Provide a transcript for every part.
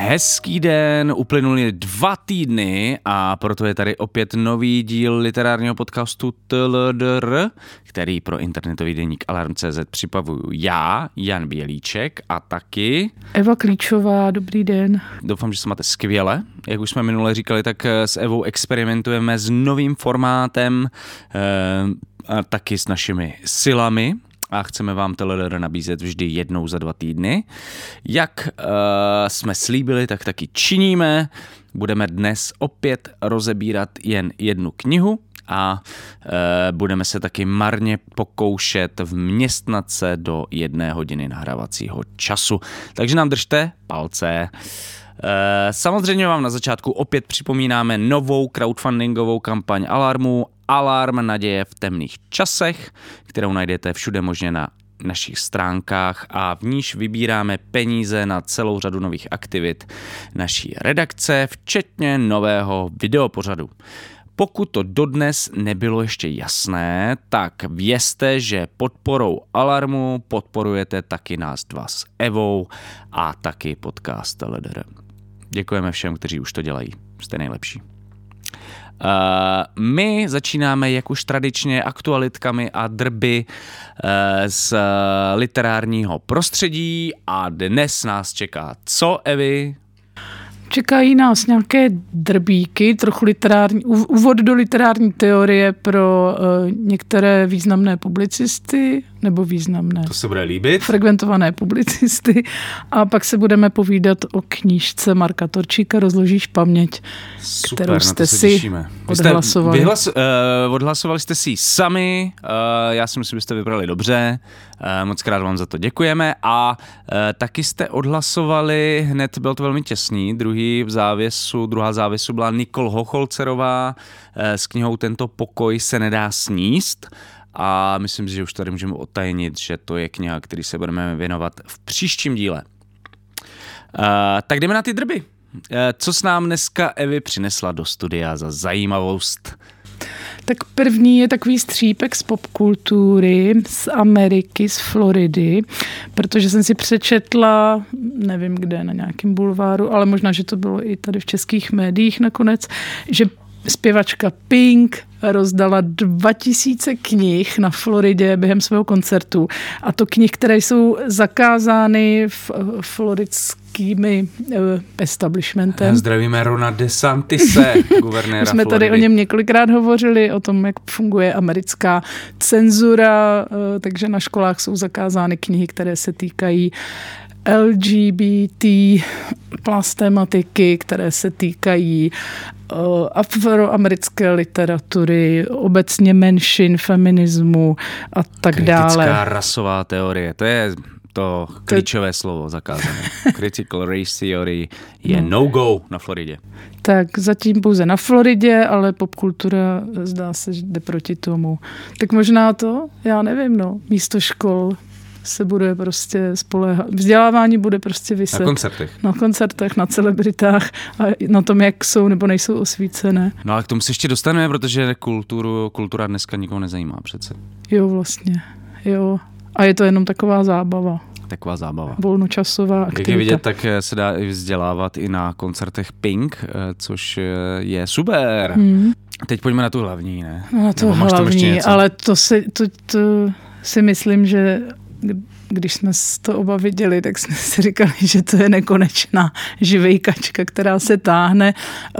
Hezký den, uplynuly 2 týdny a proto je tady opět nový díl literárního podcastu TLDR, který pro internetový deník Alarm.cz připravuju já, Jan Bělíček a taky Eva Klíčová, dobrý den. Doufám, že se máte skvěle. Jak už jsme minule říkali, tak s Evou experimentujeme s novým formátem a taky s našimi silami. A chceme vám TLDR nabízet vždy jednou za 2 týdny. Jak jsme slíbili, tak taky činíme. Budeme dnes opět rozebírat jen jednu knihu a budeme se taky marně pokoušet vměstnat se do 1 hodiny nahrávacího času. Takže nám držte palce. Samozřejmě vám na začátku opět připomínáme novou crowdfundingovou kampaň Alarmu Alarm naděje v temných časech, kterou najdete všude možně na našich stránkách a v níž vybíráme peníze na celou řadu nových aktivit naší redakce, včetně nového videopořadu. Pokud to dodnes nebylo ještě jasné, tak vězte, že podporou Alarmu podporujete taky nás dva s Evou a taky podcast TLDR. Děkujeme všem, kteří už to dělají. Jste nejlepší. My začínáme, jak už tradičně, aktualitkami a drby z literárního prostředí a dnes nás čeká co, Evi? Čekají nás nějaké drbíky, trochu úvod do literární teorie pro některé významné publicisty, nebo významné. To se bude líbit. Frekventované publicisty. A pak se budeme povídat o knížce Marka Torčíka Rozložíš paměť, super, kterou jste si odhlasovali. Odhlasovali jste si ji sami, já si myslím, že jste vybrali dobře, moc krát vám za to děkujeme a taky jste odhlasovali, hned bylo to velmi těsný, druhá závěsu byla Nikol Hocholcerová s knihou Tento pokoj se nedá sníst. A myslím si, že už tady můžeme odtajnit, že to je kniha, který se budeme věnovat v příštím díle. Tak jdeme na ty drby. Co s nám dneska Evi přinesla do studia za zajímavost? Tak první je takový střípek z popkultury, z Ameriky, z Floridy, protože jsem si přečetla, nevím kde, na nějakém bulváru, ale možná, že to bylo i tady v českých médiích nakonec, že zpěvačka Pink rozdala 2000 knih na Floridě během svého koncertu. A to knih, které jsou zakázány floridskými establishmentem. Zdravíme Rona DeSantise, guvernéra jsme Floridy. Tady o něm několikrát hovořili, o tom, jak funguje americká cenzura, takže na školách jsou zakázány knihy, které se týkají LGBT plus tematiky, které se týkají afroamerické literatury, obecně menšin, feminismu a tak dále. Kritická rasová teorie, to je to klíčové slovo zakázané. Critical race theory je no-go na Floridě. Tak zatím pouze na Floridě, ale popkultura zdá se, že jde proti tomu. Tak možná to, já nevím, místo škol se bude prostě spoléhat. Vzdělávání bude prostě vyset. Na koncertech. Na koncertech, na celebritách a na tom, jak jsou nebo nejsou osvícené. No ale k tomu se ještě dostaneme, protože kultura dneska nikoho nezajímá přece. Jo, vlastně. Jo. A je to jenom taková zábava. Taková zábava. Volnočasová aktivita. Jak je vidět, tak se dá i vzdělávat i na koncertech Pink, což je super. Teď pojďme na tu hlavní, ne? No na to hlavní, ale to si myslím, že když jsme to oba viděli, tak jsme si říkali, že to je nekonečná živejkačka, která se táhne.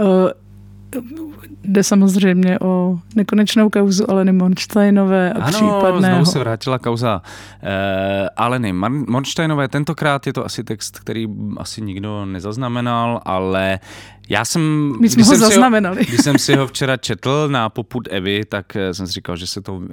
Jde samozřejmě o nekonečnou kauzu Aleny Mornsteinové a případného... Ano, znovu se vrátila kauza Aleny Mornsteinové. Tentokrát je to asi text, který asi nikdo nezaznamenal, ale já jsem... My jsme ho zaznamenali. Když jsem si ho včera četl na popud Evy, tak jsem si říkal,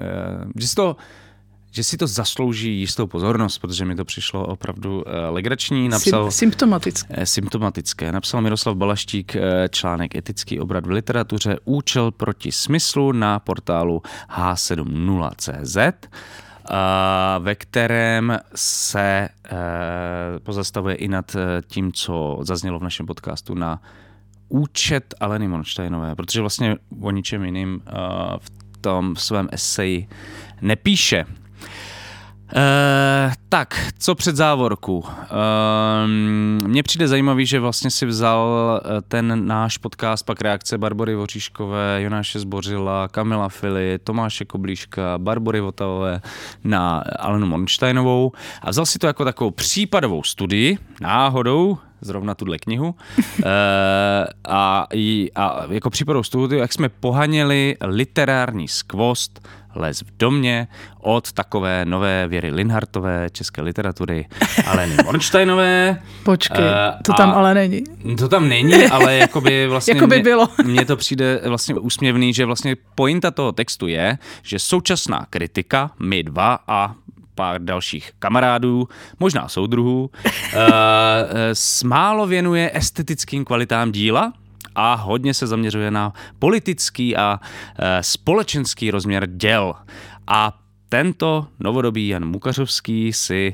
že si to zaslouží jistou pozornost, protože mi to přišlo opravdu legrační. Symptomatické. Napsal Miroslav Balaštík článek Etický obrat v literatuře, účel proti smyslu na portálu h7.0.cz, ve kterém se pozastavuje i nad tím, co zaznělo v našem podcastu na účet Aleny Mornsteinové, protože vlastně o ničem jiným v tom svém eseji nepíše. Tak, co před závorku? Mně přijde zajímavý, že vlastně si vzal ten náš podcast, pak reakce Barbory Voříškové, Jonáše Zbořila, Kamila Fili, Tomáše Koblíška, Barbory Votavové na Alenu Mornsteinovou a vzal si to jako takovou případovou studii, náhodou, zrovna tuhle knihu, a jako případovou studii, jak jsme pohaněli literární skvost Les v domě od takové nové Věry Linhartové, české literatury, Aleny Mornsteinové. Počkej, to tam ale není. To tam není, ale jakoby vlastně jakoby bylo. Mně to přijde vlastně úsměvný, že vlastně pointa toho textu je, že současná kritika, my dva a pár dalších kamarádů, možná soudruhů, málo věnuje estetickým kvalitám díla a hodně se zaměřuje na politický a společenský rozměr děl. A tento novodobý Jan Mukařovský si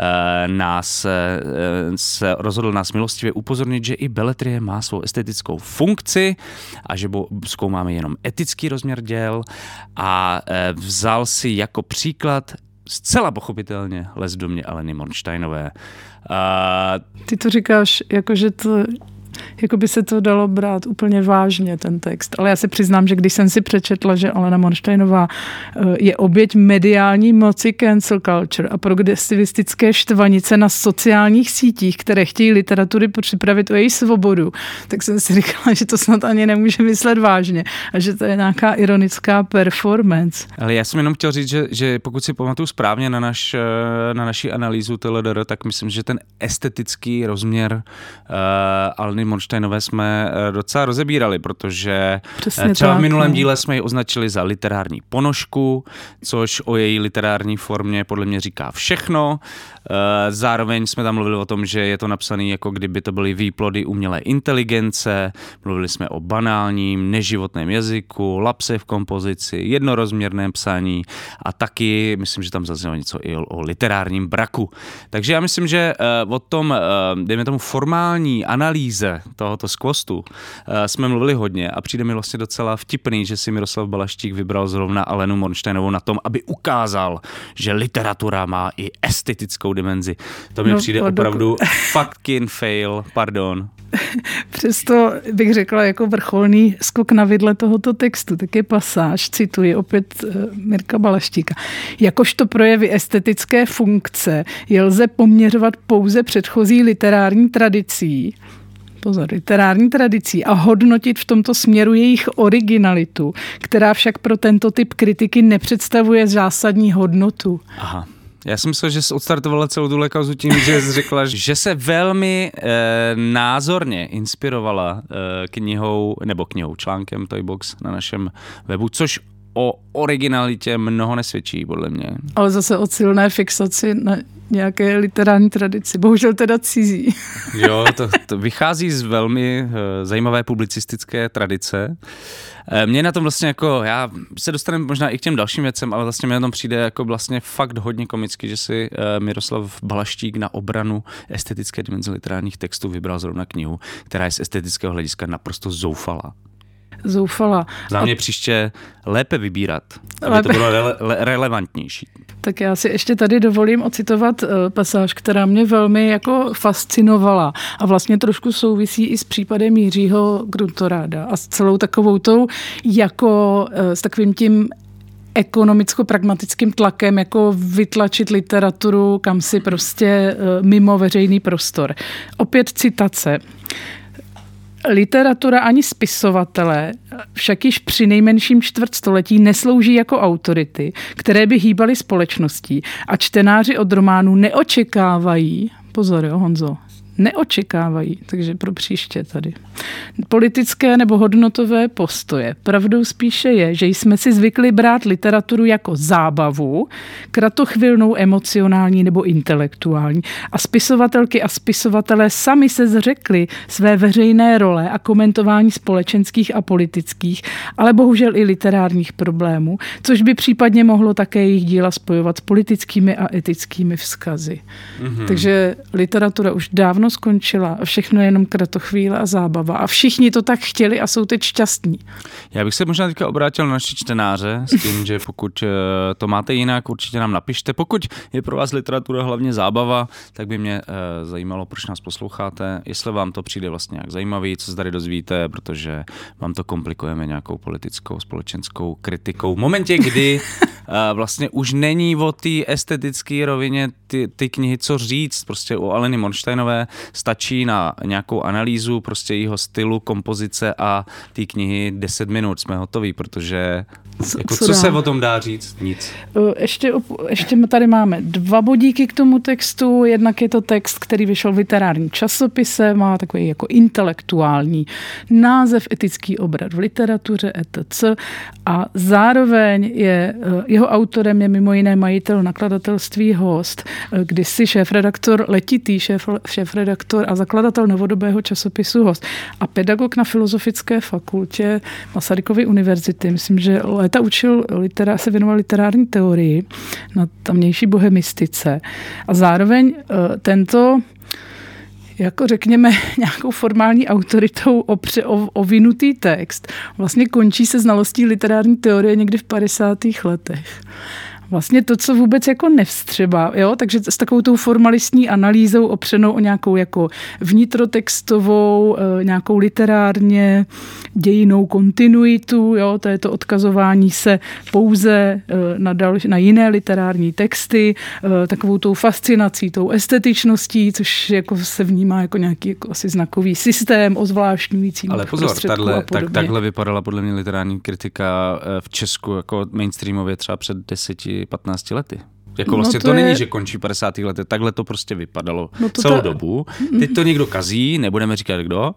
se rozhodl nás milostivě upozornit, že i beletrie má svou estetickou funkci a že zkoumáme jenom etický rozměr děl a vzal si jako příklad zcela pochopitelně Les v domě Aleny Mornsteinové. Ty to říkáš, jakože to... Jako by se to dalo brát úplně vážně, ten text. Ale já se přiznám, že když jsem si přečetla, že Alena Mornsteinová je oběť mediální moci cancel culture a progresivistické štvanice na sociálních sítích, které chtějí literatury připravit o její svobodu, tak jsem si říkala, že to snad ani nemůže myslet vážně a že to je nějaká ironická performance. Ale já jsem jenom chtěl říct, že pokud si pamatuju správně na naši analýzu TLDR, tak myslím, že ten estetický rozměr Aleny Mornsteinové jsme docela rozebírali, protože přesně třeba tak, v minulém díle jsme ji označili za literární ponožku, což o její literární formě podle mě říká všechno. Zároveň jsme tam mluvili o tom, že je to napsané jako kdyby to byly výplody umělé inteligence, mluvili jsme o banálním, neživotném jazyku, lapse v kompozici, jednorozměrném psaní a taky, myslím, že tam zaznělo něco i o literárním braku. Takže já myslím, že o tom, dejme tomu formální analýze tohoto skvostu jsme mluvili hodně a přijde mi vlastně docela vtipný, že si Miroslav Balaštík vybral zrovna Alenu Mornsteinovou na tom, aby ukázal, že literatura má i estetickou dimenzi. To mi přijde opravdu fucking fail, pardon. Přesto bych řekla jako vrcholný skok na vidle tohoto textu, tak je pasáž, cituji opět Mirka Balaštíka. Jakožto projevy estetické funkce je lze poměřovat pouze předchozí literární tradicí. Pozor, literární tradicí a hodnotit v tomto směru jejich originalitu, která však pro tento typ kritiky nepředstavuje zásadní hodnotu. Aha. Já jsem myslel, že jsi odstartovala celou tuhle kauzu tím, že jsi řekla, že se velmi názorně inspirovala článkem Toybox na našem webu, což o originalitě mnoho nesvědčí, podle mě. Ale zase o silné fixaci na nějaké literární tradici. Bohužel teda cizí. Jo, to vychází z velmi zajímavé publicistické tradice. Mně na tom vlastně jako, já se dostaneme možná i k těm dalším věcem, ale vlastně mě na tom přijde jako vlastně fakt hodně komicky, že si Miroslav Balaštík na obranu estetické dimenze literárních textů vybral zrovna knihu, která je z estetického hlediska naprosto zoufalá. Za mě příště lépe vybírat, aby to bylo relevantnější. Tak já si ještě tady dovolím ocitovat pasáž, která mě velmi jako fascinovala a vlastně trošku souvisí i s případem Jiřího Gruntoráda a s celou takovou tou jako s takovým tím ekonomicko-pragmatickým tlakem, jako vytlačit literaturu kam si prostě mimo veřejný prostor. Opět citace. Literatura ani spisovatelé však již při nejmenším čtvrtstoletí neslouží jako autority, které by hýbaly společností a čtenáři od románů neočekávají, pozor jo Honzo, neočekávají, takže pro příště tady, politické nebo hodnotové postoje. Pravdou spíše je, že jsme si zvykli brát literaturu jako zábavu, kratochvilnou emocionální nebo intelektuální a spisovatelky a spisovatelé sami se zřekli své veřejné role a komentování společenských a politických, ale bohužel i literárních problémů, což by případně mohlo také jejich díla spojovat s politickými a etickými vzkazy. Mm-hmm. Takže literatura už dávno dávno skončila. Všechno je jenom kratochvíle a zábava. A všichni to tak chtěli a jsou teď šťastní. Já bych se možná teďka obrátil na naše čtenáře s tím, že pokud to máte jinak, určitě nám napište. Pokud je pro vás literatura hlavně zábava, tak by mě zajímalo, proč nás posloucháte, jestli vám to přijde vlastně jak zajímavý, co se tady dozvíte, protože vám to komplikujeme nějakou politickou, společenskou kritikou. V momentě, kdy vlastně už není o té estetické rovině ty knihy co říct, prostě u Aleny Mornsteinové stačí na nějakou analýzu prostě jejího stylu, kompozice a ty knihy 10 minut jsme hotoví, protože co se o tom dá říct? Nic. Ještě tady máme 2 bodíky k tomu textu. Jednak je to text, který vyšel v literárním časopise, má takový jako intelektuální název Etický obrat v literatuře etc. A zároveň jeho autorem je mimo jiné majitel nakladatelství Host, kdysi šéfredaktor Letitý, šéfredaktor a zakladatel novodobého časopisu Host a pedagog na Filozofické fakultě Masarykovy univerzity. Myslím, že léta se věnoval literární teorii na tamnější bohemistice a zároveň tento jako řekněme nějakou formální autoritou ovinutý text vlastně končí se znalostí literární teorie někdy v 50. letech. Vlastně to, co vůbec jako nevstřeba, jo? Takže s takovou tou formalistní analýzou opřenou o nějakou jako vnitrotextovou, nějakou literárně dějinnou kontinuitu, jo? To je to odkazování se pouze na jiné literární texty, takovou tou fascinací, tou estetičností, což jako se vnímá jako nějaký jako asi znakový systém ozvláštňující. Ale pozor, takhle vypadala podle mě literární kritika v Česku jako mainstreamově třeba před 10-15 lety. Jako vlastně to není, že končí 50. lety, takhle to prostě vypadalo celou dobu. Teď to někdo kazí, nebudeme říkat kdo,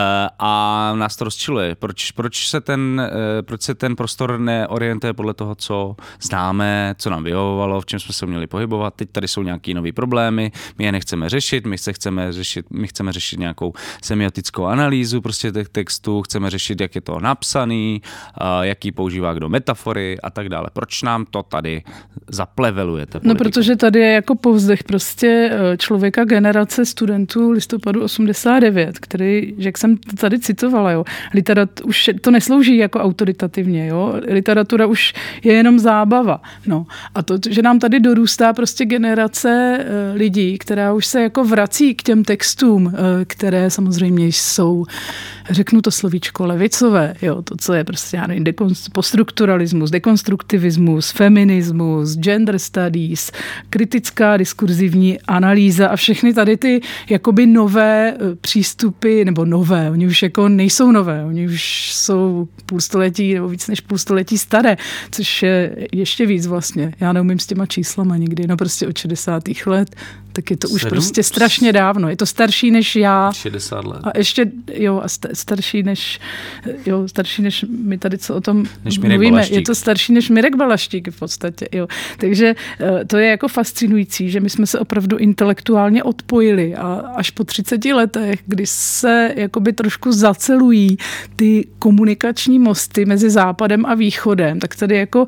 a nás to rozčiluje. Proč se ten prostor neorientuje podle toho, co známe, co nám vyhovovalo, v čem jsme se měli pohybovat. Teď tady jsou nějaký nový problémy, my je nechceme řešit, my chceme řešit nějakou semiotickou analýzu prostě těch textů, chceme řešit, jak je to napsaný, jaký používá kdo metafory a tak dále. Proč nám to tady zapleveluje? No, protože tady je jako povzdech prostě člověka generace studentů listopadu 89, který, jak jsem tady citovala, jo, už to neslouží jako autoritativně, jo, literatura už je jenom zábava, no. A to, že nám tady dorůstá prostě generace lidí, která už se jako vrací k těm textům, které samozřejmě jsou, řeknu to slovíčko, levicové, jo, to, co je prostě, já nevím, poststrukturalismus, dekonstruktivismus, feminismus, gender studies, kritická diskurzivní analýza a všechny tady ty jakoby nové přístupy, nebo nové, oni už jako nejsou nové, oni už jsou půlstoletí nebo víc než půlstoletí staré, což je ještě víc vlastně. Já neumím s těma číslama nikdy, no prostě od 60. let, tak je to už prostě strašně dávno. Je to starší než já. 60 let. A ještě, jo, a starší než my tady, co o tom mluvíme. Je to starší než Mirek Balaštík v podstatě, jo. Takže to je jako fascinující, že my jsme se opravdu intelektuálně odpojili a až po 30 letech, kdy se jakoby trošku zacelují ty komunikační mosty mezi západem a východem, tak tady jako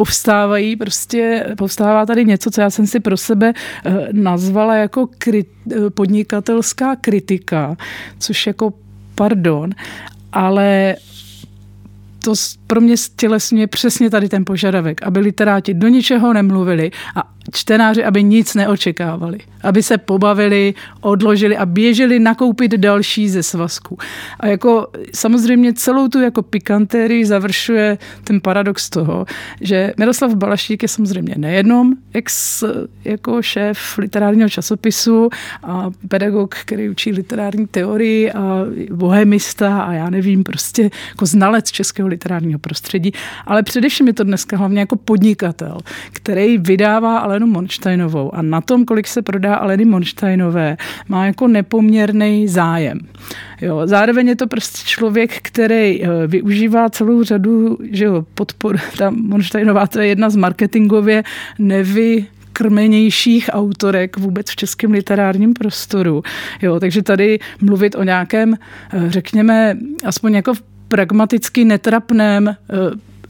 povstává tady něco, co já jsem si pro sebe nazvala jako podnikatelská kritika, což jako pardon, ale to pro mě stělesňuje přesně tady ten požadavek, aby literáti do ničeho nemluvili a čtenáři, aby nic neočekávali. Aby se pobavili, odložili a běželi nakoupit další ze svazku. A jako samozřejmě celou tu jako pikantérii završuje ten paradox toho, že Miroslav Balaštík je samozřejmě nejenom jako šéf literárního časopisu a pedagog, který učí literární teorii a bohemista a já nevím, prostě jako znalec českého literárního prostředí, ale především je to dneska hlavně jako podnikatel, který vydává Alenu Mornsteinovou a na tom, kolik se prodá Aleny Mornsteinové, má jako nepoměrný zájem. Jo, zároveň je to prostě člověk, který využívá celou řadu, že jo, podpor. Ta Mornsteinová, to je jedna z marketingově krmenějších autorek vůbec v českém literárním prostoru. Jo, takže tady mluvit o nějakém, řekněme, aspoň jako pragmaticky netrapném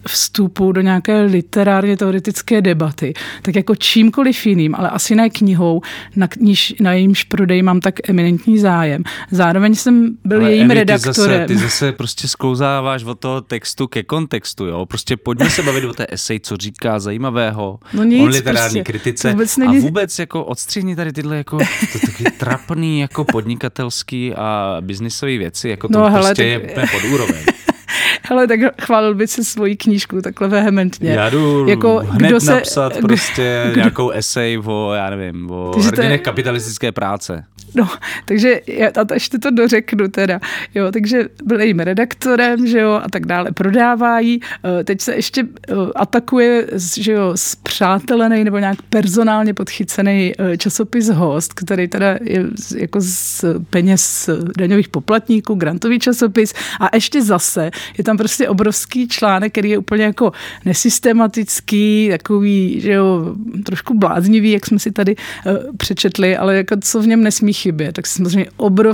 vstupu do nějaké literárně teoretické debaty, tak jako čímkoliv jiným, ale asi ne knihou, na jejímž prodej mám tak eminentní zájem. Zároveň jsem byl jejím redaktorem. Ty zase prostě sklouzáváš od toho textu ke kontextu, jo? Prostě pojďme se bavit o té esej, co říká zajímavého, o literární kritice a vůbec jako odstřihni tady tyhle jako to taky trapný jako podnikatelský a biznisový věci, jako to prostě je pod úroveň. Hele, tak chválil by se svoji knížku takhle vehementně. Já jdu jako, hned napsat prostě nějakou esej o hrdinech kapitalistické práce. No, takže a ještě to dořeknu teda, jo, takže byl jejím redaktorem, že jo, a tak dále, prodávají, teď se ještě atakuje, že jo, spřátelený nebo nějak personálně podchycený časopis Host, který teda je jako z peněz daňových poplatníků, grantový časopis a ještě zase je tam prostě obrovský článek, který je úplně jako nesystematický, takový, že jo, trošku bláznivý, jak jsme si tady přečetli, ale jako co v něm nesmí chybět, tak samozřejmě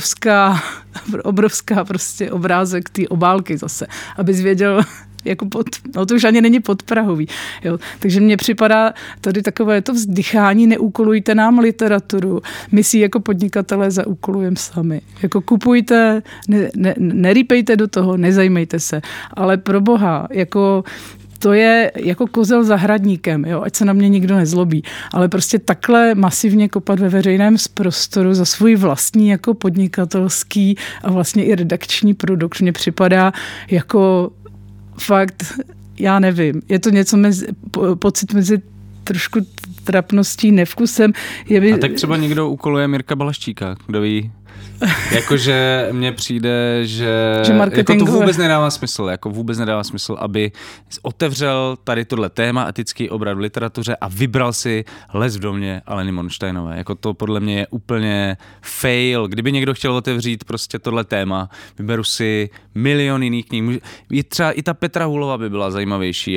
obrovská prostě obrázek té obálky zase, abys věděl, jako to už ani není podprahový. Jo. Takže mně připadá tady takové to vzdychání, neúkolujte nám literaturu, my si jako podnikatelé zaúkolujeme sami. Jako kupujte, nerýpejte do toho, nezajímejte se, ale pro boha, jako to je jako kozel zahradníkem, jo, ať se na mě nikdo nezlobí. Ale prostě takhle masivně kopat ve veřejném prostoru za svůj vlastní jako podnikatelský a vlastně i redakční produkt mně připadá jako fakt, já nevím, je to něco pocit mezi trošku trapností, nevkusem. A tak třeba někdo úkoluje Mirka Balaštíka, kdo ví? Jakože mně přijde, že jako to vůbec nedává smysl, aby otevřel tady tohle téma etický obrat v literatuře a vybral si Les v domě Aleny Monštejnové. Jako to podle mě je úplně fail. Kdyby někdo chtěl otevřít prostě tohle téma, vyberu si milion jiných knih. Třeba i ta Petra Hulova by byla zajímavější,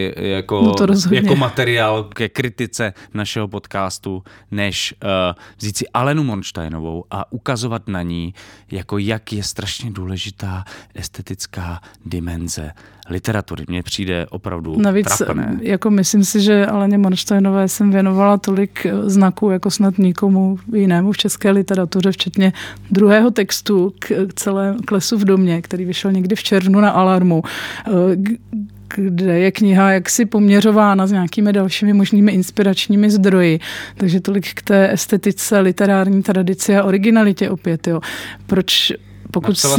jako materiál ke kritice našeho podcastu, než vzít si Alenu Monštejnovou a ukazovat na ní, jako jak je strašně důležitá estetická dimenze literatury. Mně přijde opravdu trapné. Jako myslím si, že Aleně Monštejnové jsem věnovala tolik znaků, jako snad nikomu jinému v české literatuře, včetně druhého textu k Lesu v domě, který vyšel někdy v červnu na Alarmu, kde je kniha jaksi poměřována s nějakými dalšími možnými inspiračními zdroji. Takže tolik k té estetice, literární tradici a originalitě opět. Jo. Proč pokud s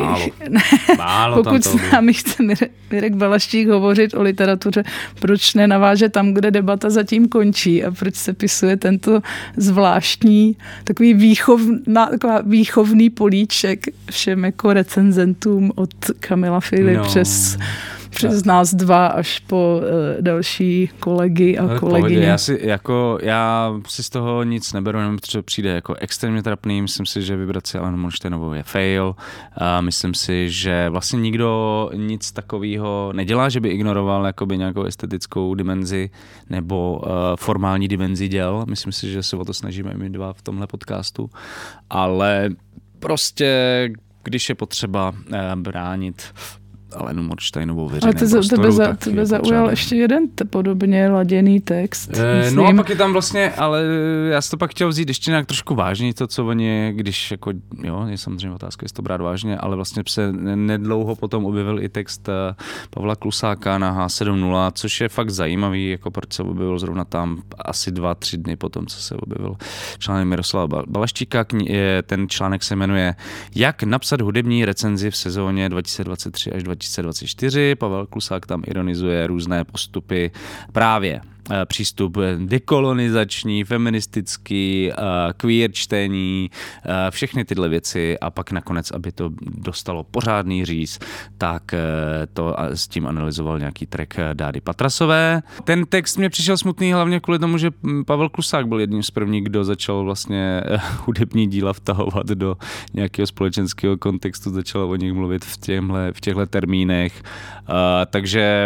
námi chce Mirek Balaštík hovořit o literatuře, proč nenaváže tam, kde debata zatím končí a proč se pisuje tento zvláštní takový výchovný políček všem jako recenzentům od Kamila Fily přes nás dva až po další kolegy a kolegyně. Já si z toho nic neberu, jenom protože přijde jako extrémně trapný. Myslím si, že vybrat si Alenu Monštejnovou je fail. Myslím si, že vlastně nikdo nic takového nedělá, že by ignoroval jakoby nějakou estetickou dimenzi nebo formální dimenzi děl. Myslím si, že se o to snažíme my dva v tomhle podcastu. Ale prostě, když je potřeba bránit Alenu Monštejnovou veřejném prostoru. Tebe zaujal ještě jeden podobně laděný text. No a pak je tam vlastně, ale já si to pak chtěl vzít ještě nějak trošku vážně, to, co oni, když jako, jo, je samozřejmě otázka, jestli to brát vážně, ale vlastně se nedlouho potom objevil i text Pavla Klusáka na H7.0, což je fakt zajímavý, jako proč se objevil zrovna tam asi 2-3 dny potom, co se objevil článek Miroslava Balaštíka. Ten článek se jmenuje Jak napsat hudební recenzi v sezóně 2023 až 2024. Pavel Klusák tam ironizuje různé postupy, právě přístup dekolonizační, feministický, queer čtení, všechny tyhle věci a pak nakonec, aby to dostalo pořádný říz, tak to s tím analyzoval nějaký track Dády Patrasové. Ten text mě přišel smutný hlavně kvůli tomu, že Pavel Klusák byl jedním z prvních, kdo začal vlastně hudební díla vtahovat do nějakého společenského kontextu, začal o nich mluvit v těchto termínech. Takže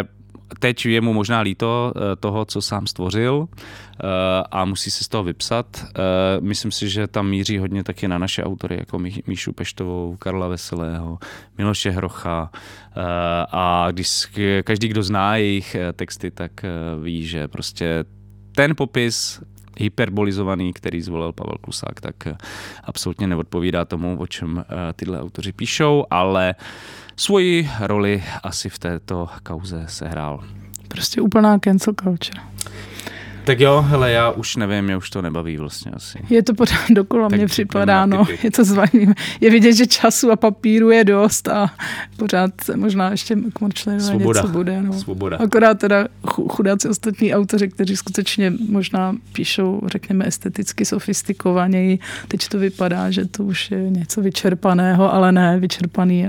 teď je mu možná líto toho, co sám stvořil a musí se z toho vypsat. Myslím si, že tam míří hodně taky na naše autory, jako Míšu Peštovou, Karla Veselého, Miloše Hrocha a každý, kdo zná jejich texty, tak ví, že prostě ten popis hyperbolizovaný, který zvolil Pavel Klusák, tak absolutně neodpovídá tomu, o čem tyhle autoři píšou, ale svoji roli asi v této kauze sehrál. Prostě úplná cancel culture. Tak jo, hele, já už nevím, mě už to nebaví vlastně asi. Je to pořád dokola, mně připadá, no, je to zvaním. Je vidět, že času a papíru je dost a pořád možná ještě k Morčlerovi něco bude. No. Svoboda. Akorát teda chudáci ostatní autoři, kteří skutečně možná píšou, řekněme, esteticky sofistikovaněji. Teď to vypadá, že to už je něco vyčerpaného, ale ne, vyčerpané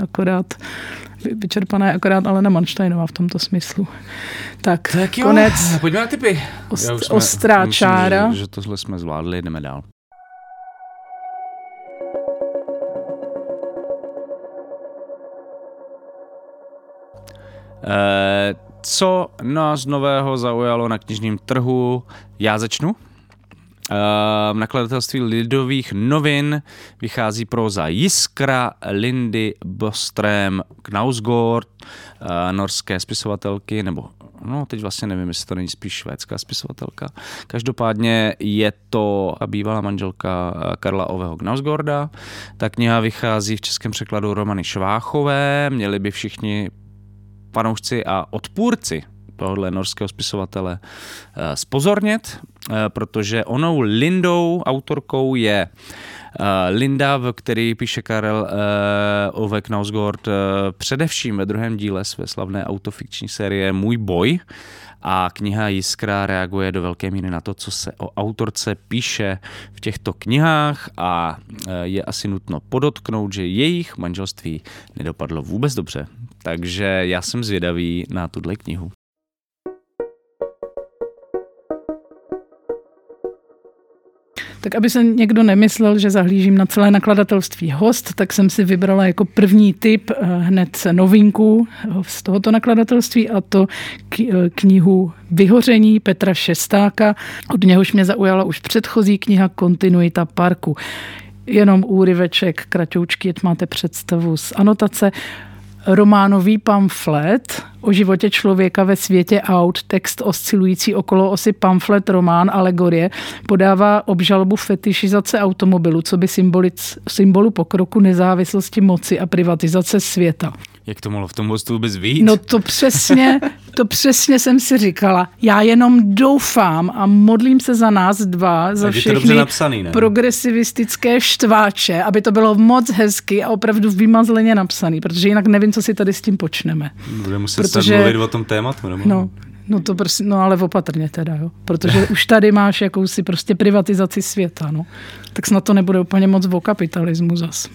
akorát Alena Manštejnová v tomto smyslu. Tak jo, konec. Pojďme na tipy. Ostrá čára. Myslím, že tohle jsme zvládli, jdeme dál. Co nás nového zaujalo na knižním trhu? Já začnu. V nakladatelství Lidových novin vychází próza Jiskra Lindy Boström Knausgård, norské spisovatelky, nebo teď vlastně nevím, jestli to není spíš švédská spisovatelka. Každopádně je to bývalá manželka Karla Oveho Knausgårda. Ta kniha vychází v českém překladu Romany Šváchové. Měli by všichni fanoušci a odpůrci tohohle norského spisovatele zpozornět, protože onou Lindou, autorkou je Linda, v který píše Karel Ove Knausgård především ve druhém díle své slavné autofikční série Můj boj, a kniha Jiskra reaguje do velké míry na to, co se o autorce píše v těchto knihách, a je asi nutno podotknout, že jejich manželství nedopadlo vůbec dobře. Takže já jsem zvědavý na tuhle knihu. Tak aby se někdo nemyslel, že zahlížím na celé nakladatelství Host, tak jsem si vybrala jako první tip hned novinku z tohoto nakladatelství, a to knihu Vyhoření Petra Šestáka. Od něhož mě zaujala už předchozí kniha Kontinuita parku. Jenom úryveček, kratoučky, ať máte představu z anotace. Románový pamflet o životě člověka ve světě aut, text oscilující okolo osy pamflet, román, alegorie, podává obžalobu fetišizace automobilu, co by symbolu pokroku, nezávislosti, moci a privatizace světa. Jak to mohlo v tom hostu vůbec vyjít? No to přesně jsem si říkala. Já jenom doufám a modlím se za nás dva, za všechny progresivistické štváče, aby to bylo moc hezky a opravdu vymazleně napsaný, protože jinak nevím, co si tady s tím počneme. Budeme muset snad mluvit o tom tématu, nebo? No ale opatrně teda, jo. Protože už tady máš jakousi prostě privatizaci světa, no. Tak snad to nebude úplně moc o kapitalismu zas.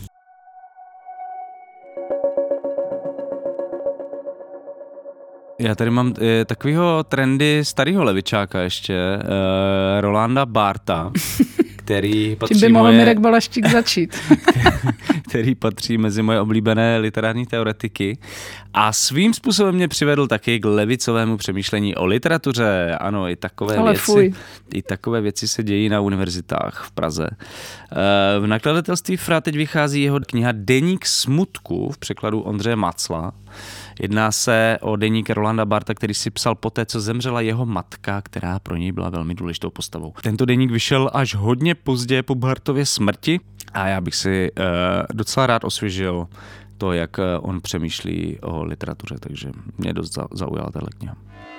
Já tady mám takovýho trendy starého levičáka ještě, Rolanda Bartha, který patří Tím by mohl Mirek Balaštík začít. který patří mezi moje oblíbené literární teoretiky. A svým způsobem mě přivedl taky k levicovému přemýšlení o literatuře. Ano, i takové věci se dějí na univerzitách v Praze. V nakladatelství FRA teď vychází jeho kniha Deník smutku v překladu Ondřeje Macla. Jedná se o deník Rolanda Bartha, který si psal poté, co zemřela jeho matka, která pro něj byla velmi důležitou postavou. Tento deník vyšel až hodně pozdě po Barthově smrti a já bych si docela rád osvěžil to, jak on přemýšlí o literatuře, takže mě dost zaujala tato kniha.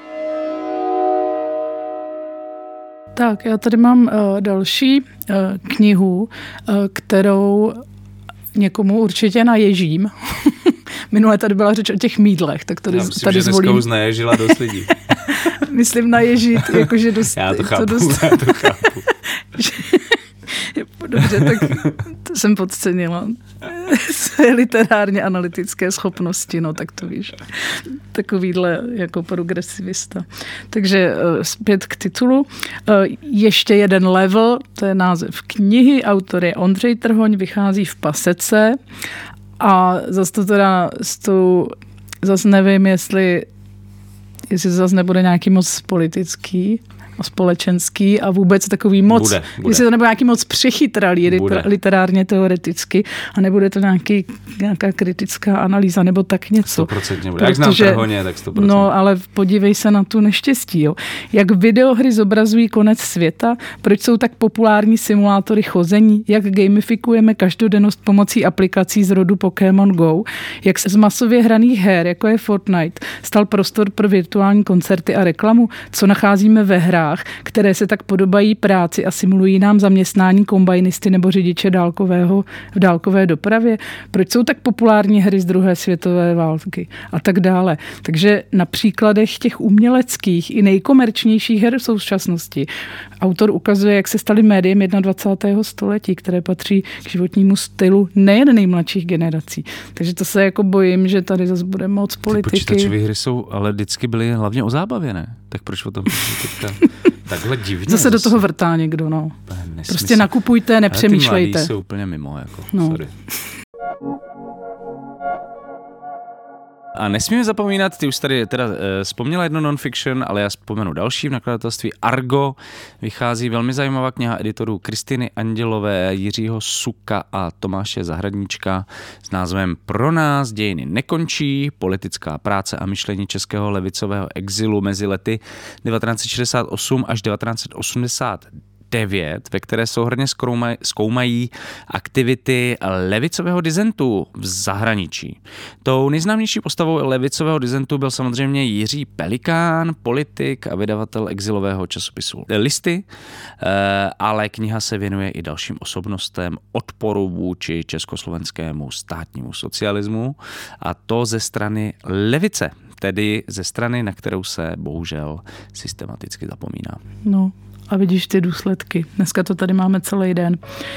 Tak, já tady mám další knihu, kterou někomu určitě naježím. Minule tady byla řeč o těch mýdlech, tak tady, já myslím, tady že zvolím. dneska už naježila dost lidí. Myslím naježit, jakože dost. Já to chápu. Dobře, tak to jsem podcenila své literárně analytické schopnosti, no tak to víš. Takovýhle jako progresivista. Takže zpět k titulu. Ještě jeden level, to je název knihy, autor je Ondřej Trhoň, vychází v Pasece a zase to teda zase nevím, jestli jestli to zase nebude nějaký moc politický a společenský a vůbec takový moc, bude. jestli to nebude nějaký moc přechytralý literárně teoreticky a nebude to nějaká kritická analýza nebo tak něco. 100% bude. Jak znám Trhoně, tak 100%. No, ale podívej se na tu neštěstí. Jo. Jak videohry zobrazují konec světa, proč jsou tak populární simulátory chození, jak gamifikujeme každodennost pomocí aplikací z rodu Pokémon Go, jak se z masově hraných her, jako je Fortnite, stal prostor pro virtuální koncerty a reklamu, co nacházíme ve hrách, které se tak podobají práci a simulují nám zaměstnání kombajnisty nebo řidiče v dálkové dopravě. Proč jsou tak populární hry z druhé světové války a tak dále. Takže na příkladech těch uměleckých i nejkomerčnějších her v současnosti autor ukazuje, jak se staly médiem 21. století, které patří k životnímu stylu nejen nejmladších generací. Takže to se jako bojím, že tady zase bude moc politiky. Ty počítačové hry jsou, ale vždycky byly hlavně o zábavě, ne? Tak proč o tom teďka takhle divně? Zase do toho vrtá někdo, no. Prostě nakupujte, nepřemýšlejte. Ale ty mladí jsou úplně mimo, jako. No. Sorry. A nesmíme zapomínat, ty už tady teda vzpomněla jedno non-fiction, ale já vzpomenu další v nakladatelství Argo. Vychází velmi zajímavá kniha editorů Kristiny Andělové, Jiřího Suka a Tomáše Zahradníčka s názvem Pro nás dějiny nekončí, politická práce a myšlení českého levicového exilu mezi lety 1968 až 1989, ve které souhrnně zkoumají aktivity levicového disentu v zahraničí. Tou nejznámější postavou levicového disentu byl samozřejmě Jiří Pelikán, politik a vydavatel exilového časopisu Listy, ale kniha se věnuje i dalším osobnostem odporu vůči československému státnímu socialismu, a to ze strany levice, tedy ze strany, na kterou se bohužel systematicky zapomíná. No. A vidíš ty důsledky. Dneska to tady máme celý den.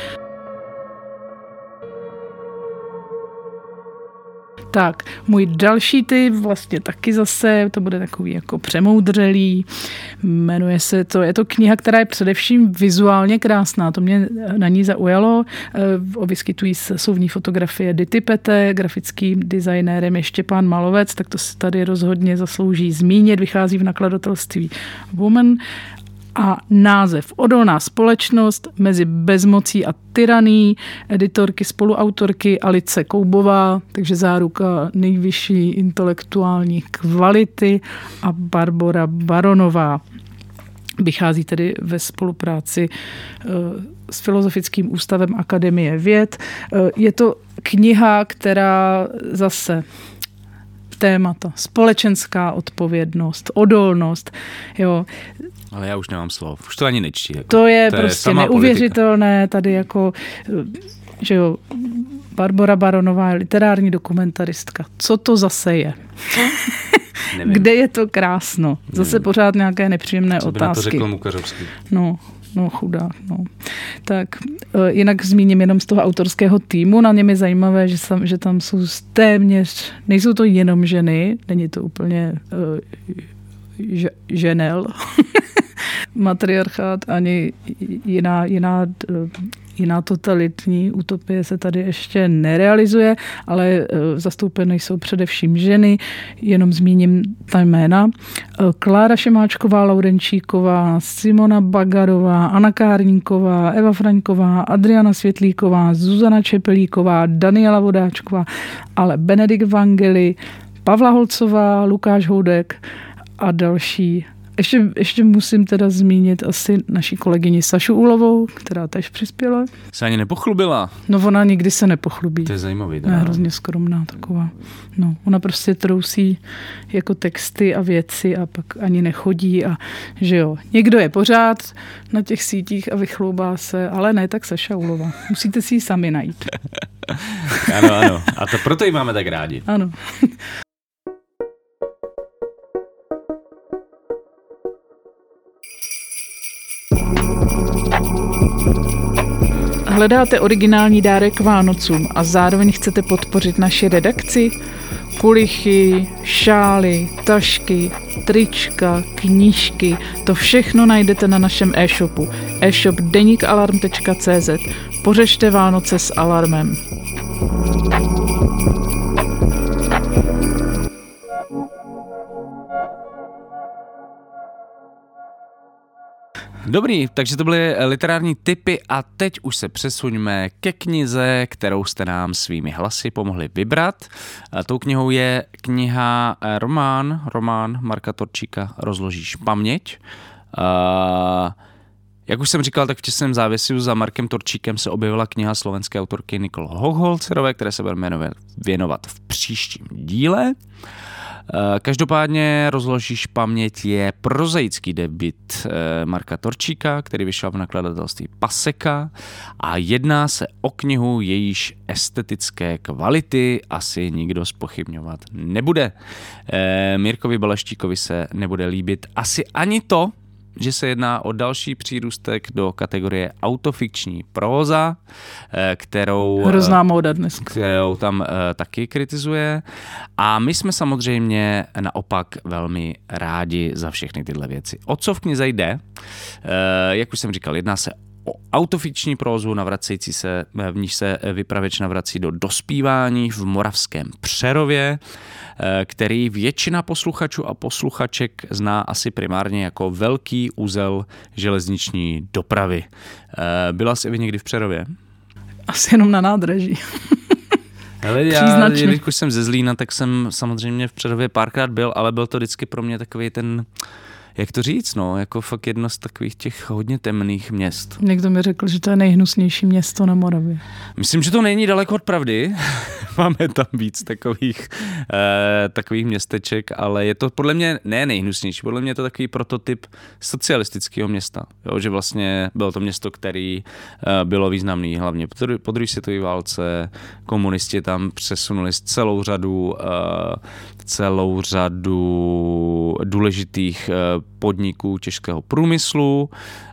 Tak, můj další typ, vlastně taky zase, to bude takový jako přemoudřelý, jmenuje se to, je to kniha, která je především vizuálně krásná, to mě na ní zaujalo, vyskytují se, jsou v ní fotografie Dity Pete, grafickým designérem je Štěpán Malovec, tak to se tady rozhodně zaslouží zmínit, vychází v nakladatelství Woman. A název Odolná společnost mezi bezmocí a tyraní, editorky, spoluautorky Alice Koubová, takže záruka nejvyšší intelektuální kvality, a Barbora Baronová. Vychází tedy ve spolupráci s Filozofickým ústavem Akademie věd. Je to kniha, která zase témata, společenská odpovědnost, odolnost, jo. Ale já už nemám slov, už to ani nečti. Jako. To je prostě neuvěřitelné, politika. Tady jako, že jo, Barbora Baronová je literární dokumentaristka. Co to zase je? Kde je to krásno? Zase pořád nějaké nepříjemné otázky. Co by na to řekl Mukařovský? No chudák, no. Tak jinak zmíním jenom z toho autorského týmu. Na něm je zajímavé, že tam jsou téměř, nejsou to jenom ženy, není to úplně ženel, matriarchát, ani jiná totalitní utopie se tady ještě nerealizuje, ale zastoupeny jsou především ženy, jenom zmíním ta jména. Klára Šemáčková, Laurenčíková, Simona Bagarová, Anna Kárníková, Eva Fraňková, Adriana Světlíková, Zuzana Čepelíková, Daniela Vodáčková, ale Benedikt Vangeli, Pavla Holcová, Lukáš Houdek a další. Ještě musím teda zmínit asi naší kolegyni Sašu Úlovou, která tež přispěla. Se ani nepochlubila. No ona nikdy se nepochlubí. To je zajímavý. Ne, hrozně skromná taková. No, ona prostě trousí jako texty a věci a pak ani nechodí a že jo. Někdo je pořád na těch sítích a vychloubá se, ale ne tak Saša Úlová. Musíte si ji sami najít. Ano. A to proto ji máme tak rádi. Ano. Hledáte originální dárek k Vánocům a zároveň chcete podpořit naši redakci? Kulichy, šály, tašky, trička, knížky, to všechno najdete na našem e-shopu. E-shop denikalarm.cz. Pořešte Vánoce s Alarmem. Dobrý, takže to byly literární tipy a teď už se přesuňme ke knize, kterou jste nám svými hlasy pomohli vybrat. Tou knihou je kniha román Marka Torčíka Rozložíš paměť. Jak už jsem říkal, tak v těsném závěsu za Markem Torčíkem se objevila kniha slovenské autorky Nikol Hochholcerové, které se budeme věnovat v příštím díle. Každopádně Rozložíš paměť je prozaický debut Marka Torčíka, který vyšel v nakladatelství Paseka a jedná se o knihu, jejíž estetické kvality asi nikdo zpochybňovat nebude. Mirkovi Baleštíkovi se nebude líbit asi ani to, že se jedná o další přírůstek do kategorie autofikční próza, kterou... Hrozná móda dnes. Kterou tam taky kritizuje. A my jsme samozřejmě naopak velmi rádi za všechny tyhle věci. O co v knize jde? Jak už jsem říkal, jedná se o autofikční prózu, navracející se, v níž se vypravěč navrací do dospívání v moravském Přerově, který většina posluchačů a posluchaček zná asi primárně jako velký uzel železniční dopravy. Byla jsi někdy v Přerově? Asi jenom na nádraží. Ale já, když jsem ze Zlína, tak jsem samozřejmě v Přerově párkrát byl, ale byl to vždycky pro mě takový ten... Jak to říct, no, jako fakt jedno z takových těch hodně temných měst. Někdo mi řekl, že to je nejhnusnější město na Moravě. Myslím, že to není daleko od pravdy. Máme tam víc takových městeček, ale je to podle mě ne nejhnusnější, podle mě je to takový prototyp socialistického města. Jo, že vlastně bylo to město, které bylo významné hlavně po druhé světové válce. Komunisti tam přesunuli celou řadu důležitých podniků těžkého průmyslu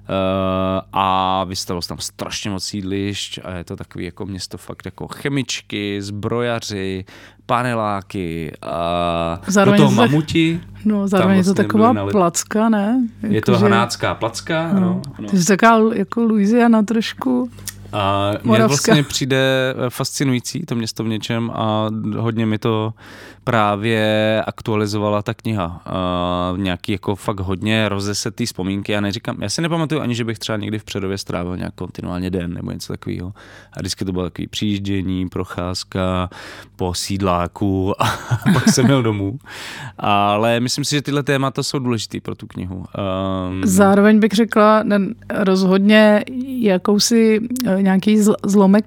a vystavilo se tam strašně moc sídlišť a je to takový jako město fakt jako chemičky, zbrojaři, paneláky a do toho mamuti. No, zároveň je to taková placka, ne? Je to hanácká placka, ano. To je taková jako Louisiana trošku. A mně vlastně přijde fascinující to město v něčem a hodně mi to právě aktualizovala ta kniha. Nějaký jako fakt hodně rozesetý vzpomínky. Já si nepamatuju ani, že bych třeba někdy v Přerově strávil nějak kontinuálně den nebo něco takového. A vždycky to bylo takový přijíždění, procházka po sídláku a pak jsem jel domů. Ale myslím si, že tyhle témata jsou důležitý pro tu knihu. Zároveň bych řekla rozhodně jakousi nějaký zlomek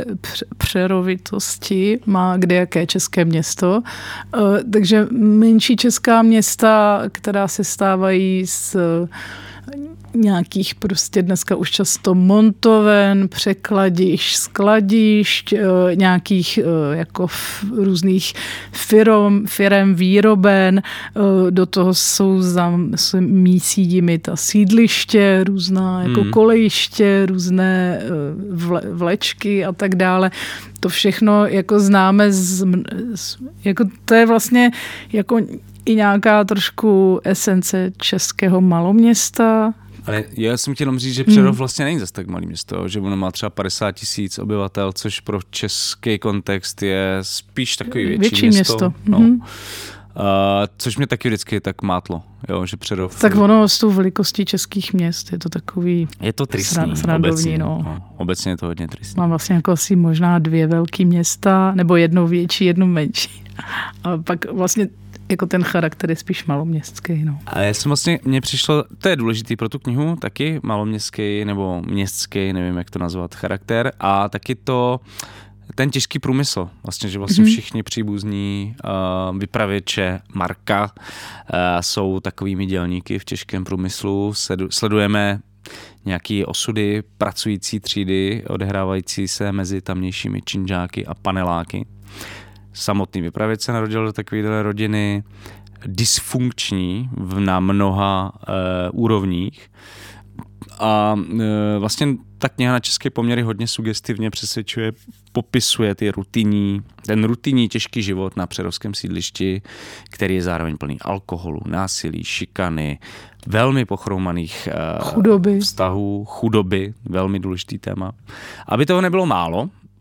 přerovitosti má kdejaké české město. Takže menší česká města, která se stávají z nějakých prostě dneska už často montoven, překladišť, skladišť, nějakých jako různých firem výroben, do toho mísí jimi ta sídliště, různá jako kolejiště, různé vlečky a tak dále. To všechno jako známe jako to je vlastně jako i nějaká trošku esence českého maloměsta. Ale já jsem chtěl říct, že Přerov vlastně není zase tak malý město, že ono má třeba 50 000 obyvatel, což pro český kontext je spíš takový větší město. No. Což mě taky vždycky tak mátlo, jo, že Přerov... Tak ono s tou velikostí českých měst je to takový... Je to tristní, obecně. No. Obecně je to hodně tristní. Mám vlastně jako asi možná 2 velký města, nebo jedno větší, jedno menší. A pak vlastně jako ten charakter je spíš maloměstský. No. A já jsem vlastně, mně přišlo, to je důležitý pro tu knihu, taky maloměstský nebo městský, nevím jak to nazvat, charakter a taky to, ten těžký průmysl, vlastně, že vlastně všichni příbuzní vypravěče Marka jsou takovými dělníky v těžkém průmyslu, sledujeme nějaké osudy pracující třídy, odehrávající se mezi tamnějšími činžáky a paneláky. Samotný vypravěč se narodil do takovéhle rodiny, dysfunkční na mnoha úrovních. A vlastně ta kniha na české poměry hodně sugestivně popisuje ten rutinní těžký život na přerovském sídlišti, který je zároveň plný alkoholu, násilí, šikany, velmi pochroumaných vztahů, chudoby, velmi důležitý téma. Aby toho nebylo málo,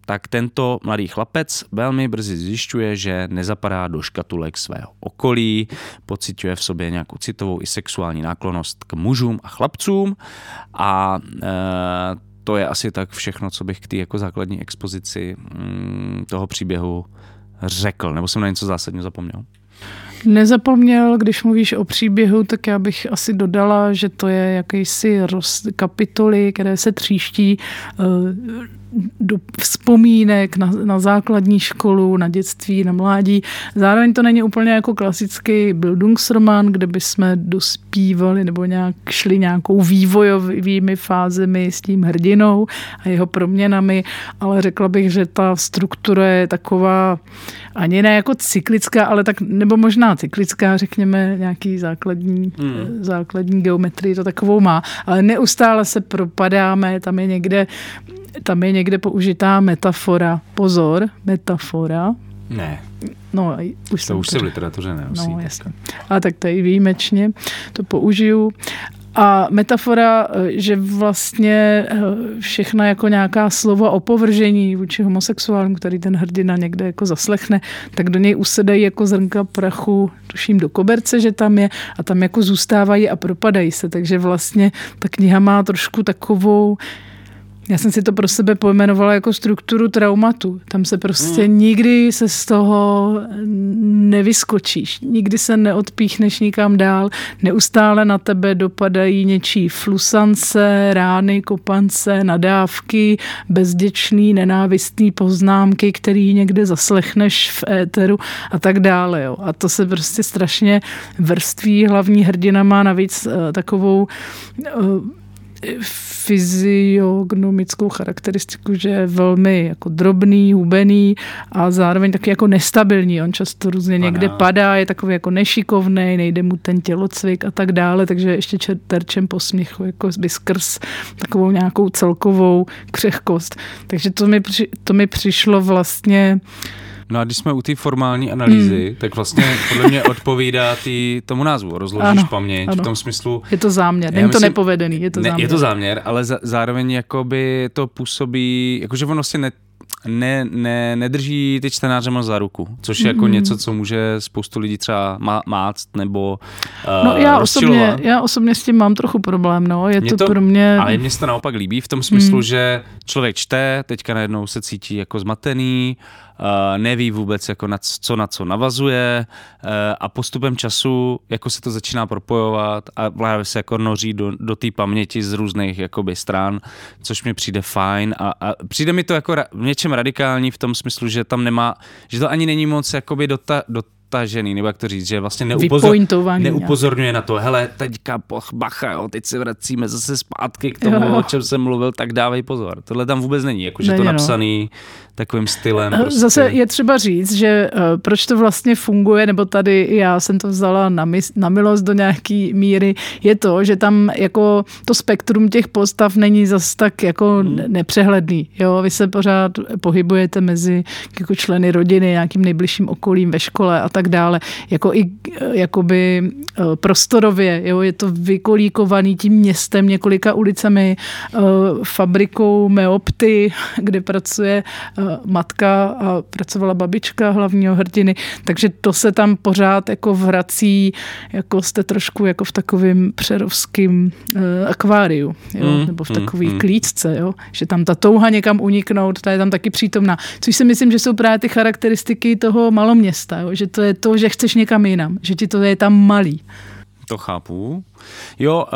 tak tento mladý chlapec velmi brzy zjišťuje, že nezapadá do škatulek svého okolí, pociťuje v sobě nějakou citovou i sexuální náklonnost k mužům a chlapcům a to je asi tak všechno, co bych k té jako základní expozici toho příběhu řekl. Nebo jsem na něco zásadně zapomněl? Nezapomněl, když mluvíš o příběhu, tak já bych asi dodala, že to je jakýsi kapitoly, které se tříští do vzpomínek na základní školu, na dětství, na mládí. Zároveň to není úplně jako klasický Bildungsroman, kde bychom dospívali nebo nějak šli nějakou vývojovými fázemi s tím hrdinou a jeho proměnami, ale řekla bych, že ta struktura je taková ani ne jako cyklická, ale tak, nebo možná cyklická, řekněme, nějaký základní geometrii to takovou má, ale neustále se propadáme, tam je někde použitá metafora. Pozor, metafora. Ne. No, to už se v literatuře nenosí. No, jasně. A tak tady výjimečně to použiju. A metafora, že vlastně všechna jako nějaká slova opovržení vůči homosexuálům, který ten hrdina někde jako zaslechne, tak do něj usedají jako zrnka prachu, tuším do koberce, že tam je a tam jako zůstávají a propadají se. Takže vlastně ta kniha má trošku takovou, já jsem si to pro sebe pojmenovala jako strukturu traumatu. Tam se prostě nikdy se z toho nevyskočíš. Nikdy se neodpíchneš nikam dál. Neustále na tebe dopadají něčí flusance, rány, kopance, nadávky, bezděčný, nenávistný poznámky, který někde zaslechneš v éteru a tak dále. Jo. A to se prostě strašně vrství. Hlavní hrdina má navíc takovou fyziognomickou charakteristiku, že je velmi jako drobný, hubený a zároveň taky jako nestabilní. On často různě někde padá, je takový jako nešikovnej, nejde mu ten tělocvik a tak dále, takže ještě terčem posměchu jako by skrz takovou nějakou celkovou křehkost. Takže to mi přišlo vlastně. No a když jsme u té formální analýzy, tak vlastně podle mě odpovídá tomu názvu, rozložíš paměť, v tom smyslu. Je to záměr, není to nepovedený, je to záměr. Je to záměr, ale zároveň jakoby to působí, jakože on vlastně nedrží ty čtenáře moc za ruku, což je jako něco, co může spoustu lidí třeba máct nebo já osobně s tím mám trochu problém, no. Je to pro mě. Ale mně se to naopak líbí v tom smyslu, že člověk čte, teďka najednou se cítí jako zmatený, neví vůbec jako na co navazuje a postupem času jako se to začíná propojovat a právě se jako noří do té paměti z různých jakoby stran, což mi přijde fajn a přijde mi to jako v něčem radikální v tom smyslu, že tam nemá, že to ani není moc jakoby dotažený, nebo jak to říct, že vlastně neupozorňuje na to, hele, teďka bacha, jo, teď se vracíme zase zpátky k tomu, o čem jsem mluvil, tak dávej pozor. Tohle tam vůbec není, jakože to napsaný takovým stylem. Prostě. Zase je třeba říct, že proč to vlastně funguje, nebo tady já jsem to vzala na milost do nějaký míry, je to, že tam jako to spektrum těch postav není zas tak jako nepřehledný. Jo? Vy se pořád pohybujete mezi jako členy rodiny, nějakým nejbližším okolím ve škole a tak dále. Jako i jakoby prostorově, jo? Je to vykolíkovaný tím městem, několika ulicemi, fabrikou Meopty, kde pracuje matka a pracovala babička hlavního hrdiny, takže to se tam pořád jako vrací, jako jste trošku jako v takovém přerovském akváriu, jo? Nebo v takový klíčce, jo? Že tam ta touha někam uniknout, ta je tam taky přítomná. Což si myslím, že jsou právě ty charakteristiky toho maloměsta, jo? Že to je to, že chceš někam jinam, že ti to je tam malý. To chápu. Jo,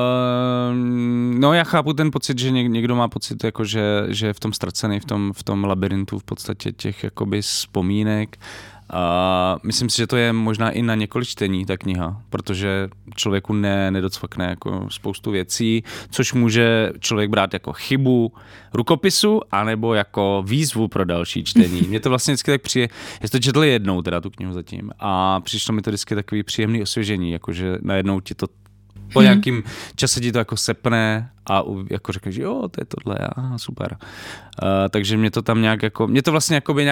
no já chápu ten pocit, že někdo má pocit, jako že je v tom ztracený, v tom labirintu v podstatě těch jakoby vzpomínek. A myslím si, že to je možná i na několik čtení ta kniha, protože člověku nedocvakne jako spoustu věcí, což může člověk brát jako chybu rukopisu, anebo jako výzvu pro další čtení. Mně to vlastně vždycky tak přijde, já to četl jednou teda tu knihu zatím a přišlo mi to vždycky takový příjemný osvěžení, jakože najednou ti to po nějakým čase ti to jako sepne a jako řekneš, jo, to je tohle, super. Takže mě to tam nějak jako, mě to vlastně jakoby nějak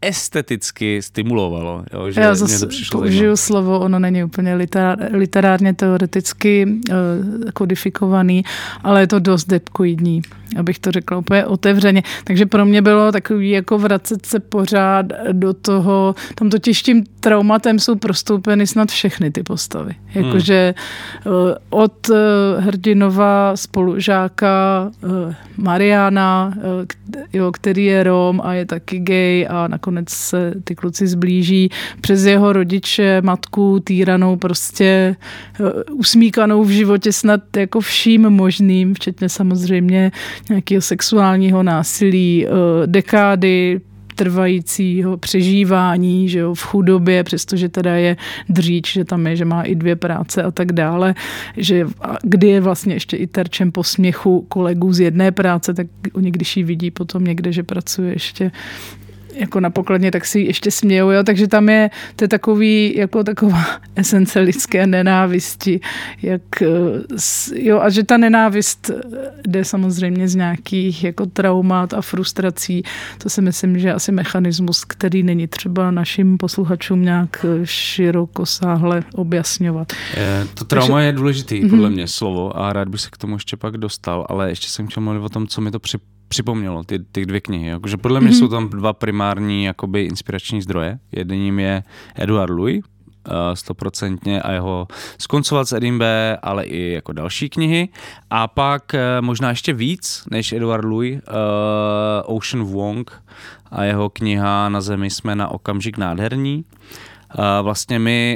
esteticky stimulovalo. Jo, že já zase použiju slovo, ono není úplně literárně teoreticky kodifikovaný, ale je to dost depkoidní, abych to řekla úplně otevřeně. Takže pro mě bylo takový jako vracet se pořád do toho, tam totiž tím traumatem jsou prostoupeny snad všechny ty postavy. Jakože od hrdinova spolužáka Mariana, který je Rom a je taky gay a nakonec se ty kluci zblíží, přes jeho rodiče, matku týranou prostě usmíkanou v životě snad jako vším možným, včetně samozřejmě nějakého sexuálního násilí, dekády trvajícího přežívání, že jo, v chudobě, přestože teda je dříč, že tam je, že má i 2 práce a tak dále, že kdy je vlastně ještě i terčem posměchu kolegů z jedné práce, tak oni když ji vidí potom někde, že pracuje ještě jako na pokladně, tak si ještě smějou, jo, takže tam je, to je takový, jako taková esence lidské nenávisti, jak, jo, a že ta nenávist jde samozřejmě z nějakých jako traumat a frustrací, to si myslím, že je asi mechanismus, který není třeba našim posluchačům nějak širokosáhle objasňovat. To trauma je důležitý, podle mě, slovo a rád bych se k tomu ještě pak dostal, ale ještě jsem chtěl mluvit o tom, co mi to připomnělo, ty 2 knihy. Jakože podle mě jsou tam 2 primární jakoby inspirační zdroje. Jedním je Edouard Louis, 100% a jeho Skoncovat s Edim B., ale i jako další knihy. A pak možná ještě víc než Edouard Louis, Ocean Vuong a jeho kniha Na zemi jsme na okamžik nádherní. Vlastně mi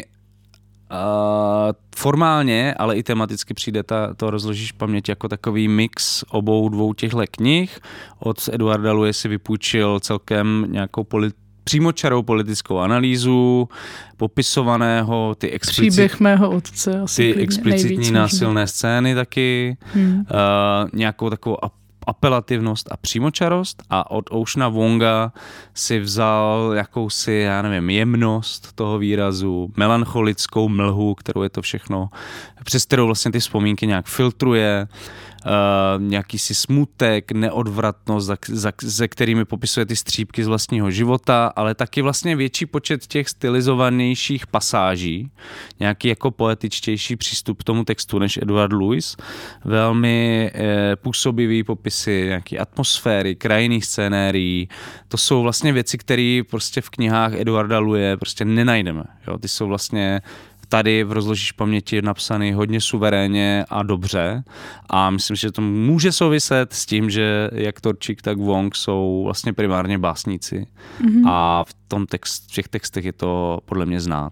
formálně, ale i tematicky přijde to rozložíš paměť jako takový mix obou 2 těchto knih. Od Edouarda Louise si vypůjčil celkem nějakou přímočarou politickou analýzu, popisovaného, příběh mého otce. Asi ty explicitní násilné scény taky, nějakou takovou apelativnost a přímočarost a od Oceana Vuonga si vzal jakousi, já nevím, jemnost toho výrazu, melancholickou mlhu, kterou je to všechno, přes kterou vlastně ty vzpomínky nějak filtruje, nějaký si smutek, neodvratnost, ze kterými popisuje ty střípky z vlastního života, ale taky vlastně větší počet těch stylizovanějších pasáží, nějaký jako poetičtější přístup k tomu textu než Edouard Louis, velmi působivý popisy, nějaký atmosféry, krajinných scénérií, to jsou vlastně věci, které prostě v knihách Edouarda Louise prostě nenajdeme. Jo? Ty jsou vlastně tady v Rozložíš paměti napsaný hodně suverénně a dobře a myslím, že to může souviset s tím, že jak Torčík, tak Vuong jsou vlastně primárně básníci a v těch textech je to podle mě znát.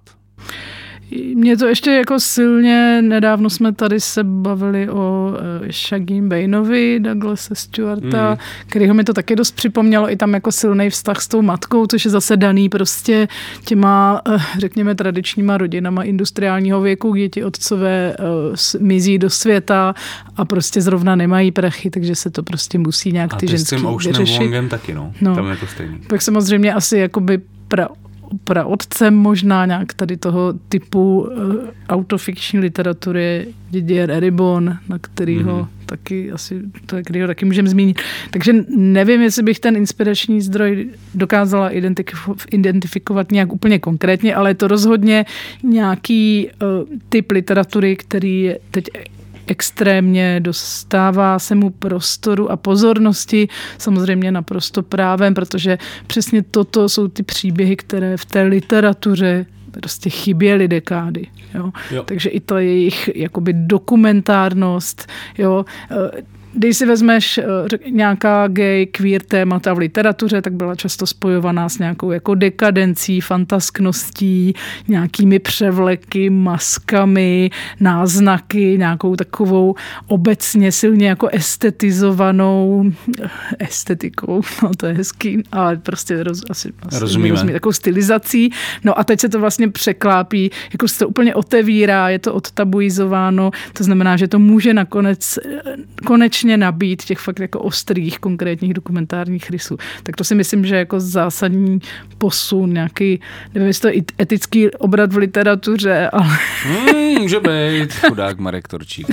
Mě to ještě jako silně, nedávno jsme tady se bavili o Shaggy Bainovi, Douglase Stewarta, kterýho mi to taky dost připomnělo, i tam jako silný vztah s tou matkou, což je zase daný prostě těma, řekněme, tradičníma rodinama industriálního věku, kdy ti otcové mizí do světa a prostě zrovna nemají prachy, takže se to prostě musí nějak ty ženský vyřešit. A ty s tím Oceanem Vuongem taky, no. Tam je to stejný. Tak samozřejmě asi jakoby praotcem možná nějak tady toho typu autofikční literatury Didier Eribon, na kterýho taky asi, kterýho taky můžeme zmínit. Takže nevím, jestli bych ten inspirační zdroj dokázala identifikovat nějak úplně konkrétně, ale je to rozhodně nějaký typ literatury, který teď extrémně dostává se mu prostoru a pozornosti, samozřejmě naprosto právem, protože přesně toto jsou ty příběhy, které v té literatuře prostě chyběly dekády. Jo. Takže i ta jejich jakoby dokumentárnost, jo. Když si vezmeš nějaká gay, queer témata v literatuře, tak byla často spojovaná s nějakou jako dekadencí, fantaskností, nějakými převleky, maskami, náznaky, nějakou takovou obecně silně jako estetizovanou estetikou, no to je hezký, ale prostě asi rozumíme, takovou stylizací. No a teď se to vlastně překlápí, jako se to úplně otevírá, je to odtabuizováno, to znamená, že to může nakonec konečně nabít těch fakt jako ostrých, konkrétních dokumentárních rysů. Tak to si myslím, že jako zásadní posun, nějaký, nevím, jestli to je etický obrat v literatuře, ale... Může být. Chudák Marek Torčík.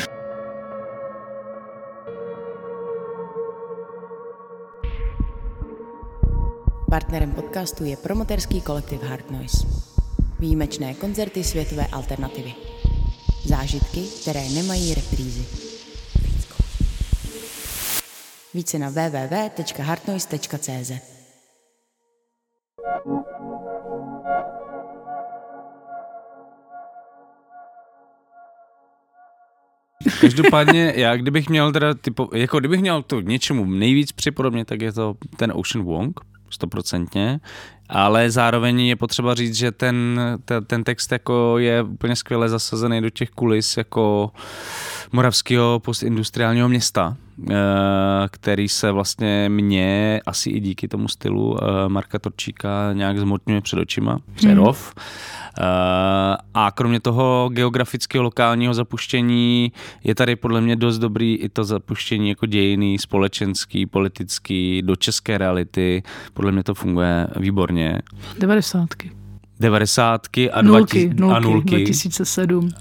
Partnerem podcastu je promotérský kolektiv Hard Noise. Výjimečné koncerty světové alternativy. Zážitky, které nemají reprízy. Více na www.hardnoise.cz. Každopádně já, kdybych měl kdybych měl to něčemu nejvíc připodobně, tak je to ten Ocean Vuong, 100%, ale zároveň je potřeba říct, že ten text jako je úplně skvěle zasazený do těch kulis jako moravského postindustriálního města, který se vlastně mě asi i díky tomu stylu Marka Torčíka nějak zmotňuje před očima, Přerov. A kromě toho geografického lokálního zapuštění je tady podle mě dost dobrý i to zapuštění jako dějinný, společenský, politický, do české reality. Podle mě to funguje výborně. 90. A nulky, 2007.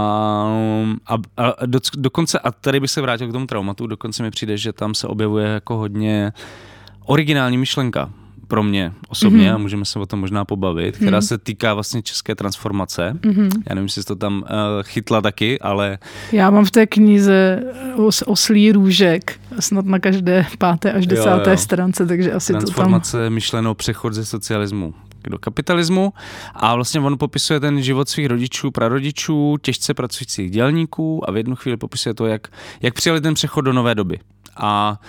Dokonce, a tady bych se vrátil k tomu traumatu, dokonce mi přijde, že tam se objevuje jako hodně originální myšlenka pro mě osobně, a můžeme se o tom možná pobavit, která se týká vlastně české transformace. Já nevím, jestli jsi to tam chytla taky, ale... Já mám v té knize Oslí růžek, snad na každé 5. až 10. stránce, takže asi to tam... Transformace myšleno přechod ze socialismu do kapitalismu a vlastně on popisuje ten život svých rodičů, prarodičů, těžce pracujících dělníků a v jednu chvíli popisuje to, jak přijali ten přechod do nové doby. A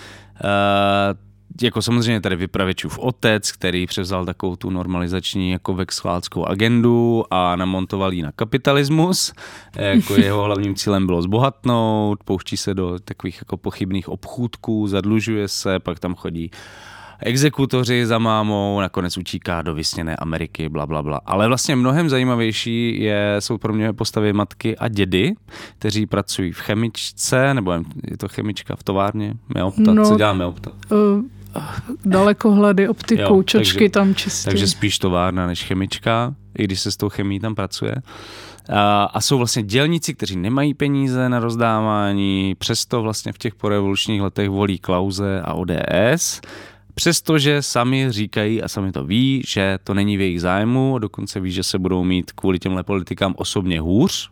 jako samozřejmě tady vypravěčův otec, který převzal takovou tu normalizační jako vexláckou agendu a namontoval ji na kapitalismus. Jako jeho hlavním cílem bylo zbohatnout, pouští se do takových jako pochybných obchůdků, zadlužuje se, pak tam chodí exekutoři za mámou, nakonec utíká do vysněné Ameriky, blablabla. Ale vlastně mnohem zajímavější jsou pro mě postavy matky a dědy, kteří pracují v chemičce, nebo je to chemička v továrně, Meopta, co dělá Meopta? Dalekohledy, optikou, čočky tam čistí. Takže spíš továrna než chemička, i když se s tou chemií tam pracuje. A jsou vlastně dělníci, kteří nemají peníze na rozdávání, přesto vlastně v těch porevolučních letech volí Klause a ODS, přestože sami říkají a sami to ví, že to není v jejich zájmu, dokonce ví, že se budou mít kvůli těmhle politikám osobně hůř.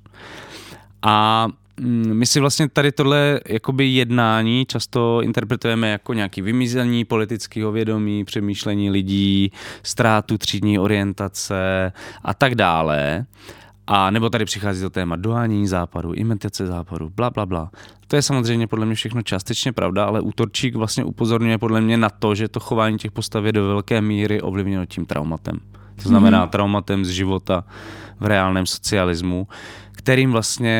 A my si vlastně tady tohle jakoby jednání často interpretujeme jako nějaký vymizení politického vědomí, přemýšlení lidí, ztrátu třídní orientace a tak dále. A nebo tady přichází to téma dohánění západu, imitace západu, bla, bla, bla. To je samozřejmě podle mě všechno částečně pravda, ale Torčík vlastně upozorňuje podle mě na to, že to chování těch postav je do velké míry ovlivněno tím traumatem. To znamená traumatem z života v reálném socialismu, který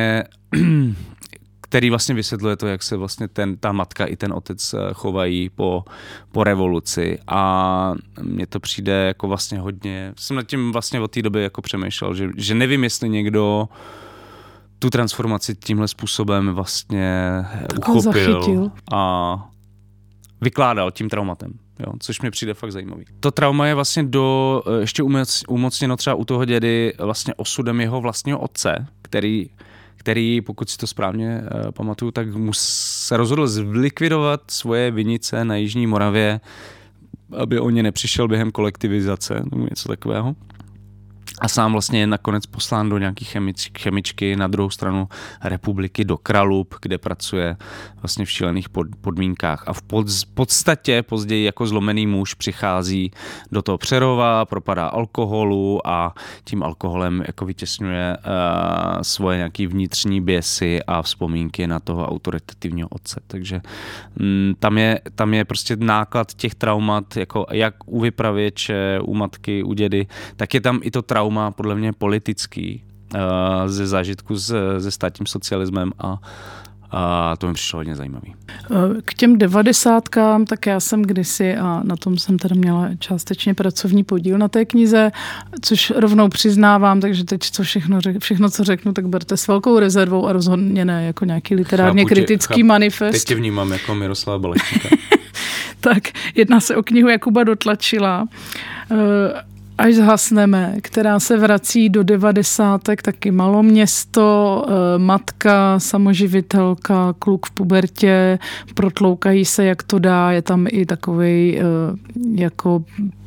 vlastně vysvětluje to, jak se vlastně ta matka i ten otec chovají po revoluci. A mně to přijde jako vlastně hodně, jsem nad tím vlastně od té doby jako přemýšlel, že nevím, jestli někdo tu transformaci tímhle způsobem vlastně uchopil a vykládal tím traumatem. Jo, což mi přijde fakt zajímavý. To trauma je vlastně ještě umocněno třeba u toho dědy vlastně osudem jeho vlastního otce, který, pokud si to správně pamatuju, tak se rozhodl zlikvidovat svoje vinice na Jižní Moravě, aby o ně nepřišel během kolektivizace nebo něco takového. A sám vlastně je nakonec poslán do nějaký chemičky na druhou stranu republiky do Kralup, kde pracuje vlastně v šílených podmínkách. A v podstatě později jako zlomený muž přichází do toho Přerova, propadá alkoholu a tím alkoholem jako vytěsňuje svoje nějaký vnitřní běsy a vzpomínky na toho autoritativního otce. Takže tam je prostě náklad těch traumat, jako jak u vypravěče, u matky, u dědy, tak je tam i to trauma podle mě politický ze zážitku se státním socialismem a to mi přišlo hodně zajímavý. K těm 90kám, tak já jsem kdysi a na tom jsem teda měla částečně pracovní podíl na té knize, což rovnou přiznávám, takže teď všechno, co řeknu, tak berte s velkou rezervou a rozhodně ne jako nějaký literárně kritický manifest. Teď tě vnímám jako Miroslava Balešníka. Tak jedná se o knihu Jakuba Dotlačila, Až zhasneme, která se vrací do 90, taky maloměsto, matka, samoživitelka, kluk v pubertě, protloukají se, jak to dá, je tam i takovej jako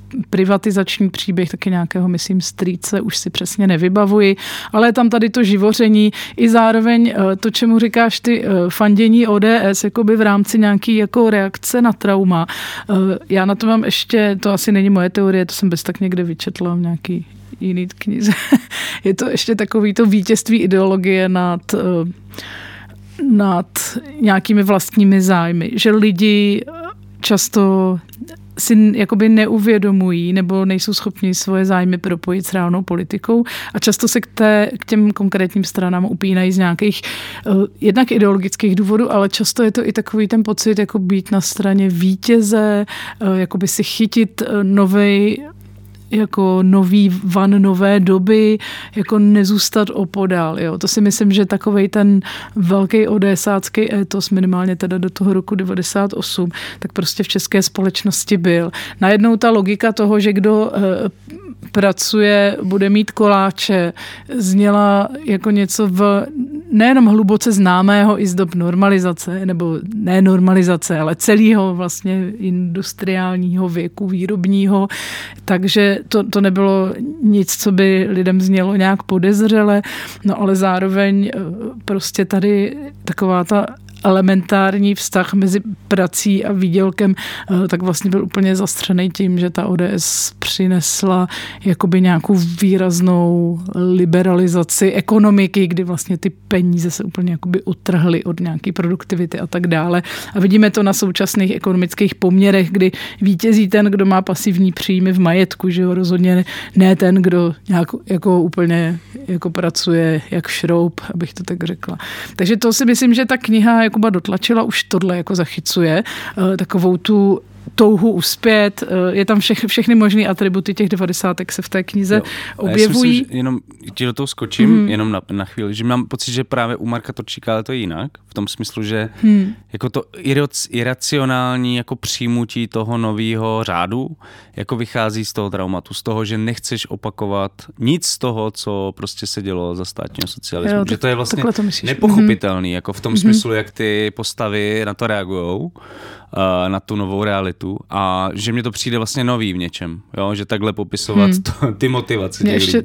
privatizační příběh, taky nějakého, myslím, strýce, už si přesně nevybavuji, ale je tam tady to živoření i zároveň to, čemu říkáš ty fandění ODS, jakoby v rámci nějaký jako reakce na trauma. Já na to mám ještě, to asi není moje teorie, to jsem bez tak někde vyčetla v nějaký jiný knize. Je to ještě takový to vítězství ideologie nad nějakými vlastními zájmy, že lidi často si jakoby neuvědomují nebo nejsou schopni svoje zájmy propojit s reálnou politikou a často se k těm konkrétním stranám upínají z nějakých jednak ideologických důvodů, ale často je to i takový ten pocit, jako být na straně vítěze, jakoby si chytit nový van nové doby, jako nezůstat opodál. Jo. To si myslím, že takovej ten velký odesácký étos, minimálně teda do toho roku 98, tak prostě v české společnosti byl. Najednou ta logika toho, že kdo pracuje, bude mít koláče, zněla jako něco nejenom hluboce známého i z dob normalizace, nebo ne normalizace, ale celého vlastně industriálního věku, výrobního, takže to nebylo nic, co by lidem znělo nějak podezřele, no ale zároveň prostě tady taková ta elementární vztah mezi prací a výdělkem, tak vlastně byl úplně zastřený tím, že ta ODS přinesla jakoby nějakou výraznou liberalizaci ekonomiky, kdy vlastně ty peníze se úplně jakoby utrhly od nějaké produktivity a tak dále. A vidíme to na současných ekonomických poměrech, kdy vítězí ten, kdo má pasivní příjmy v majetku, že jo, rozhodně ne ten, kdo nějak jako úplně jako pracuje jak šroub, abych to tak řekla. Takže to si myslím, že ta kniha Jakuba Dotlačila už tohle jako zachycuje, takovou tu touhu uspět, je tam všechny možné atributy těch 90. se v té knize objevují. Já si myslím, že jenom ti do toho skočím, jenom na chvíli, že mám pocit, že právě u Marka Torčíka je to jinak, v tom smyslu, že jako to iracionální jako přijmutí toho nového řádu, jako vychází z toho traumatu, z toho, že nechceš opakovat nic z toho, co prostě se dělo za státního socialismu. Jo, že to je vlastně nepochopitelný, jako v tom smyslu, jak ty postavy na to reagujou, na tu novou realitu a že mně to přijde vlastně nový v něčem, jo? Že takhle popisovat ty motivace.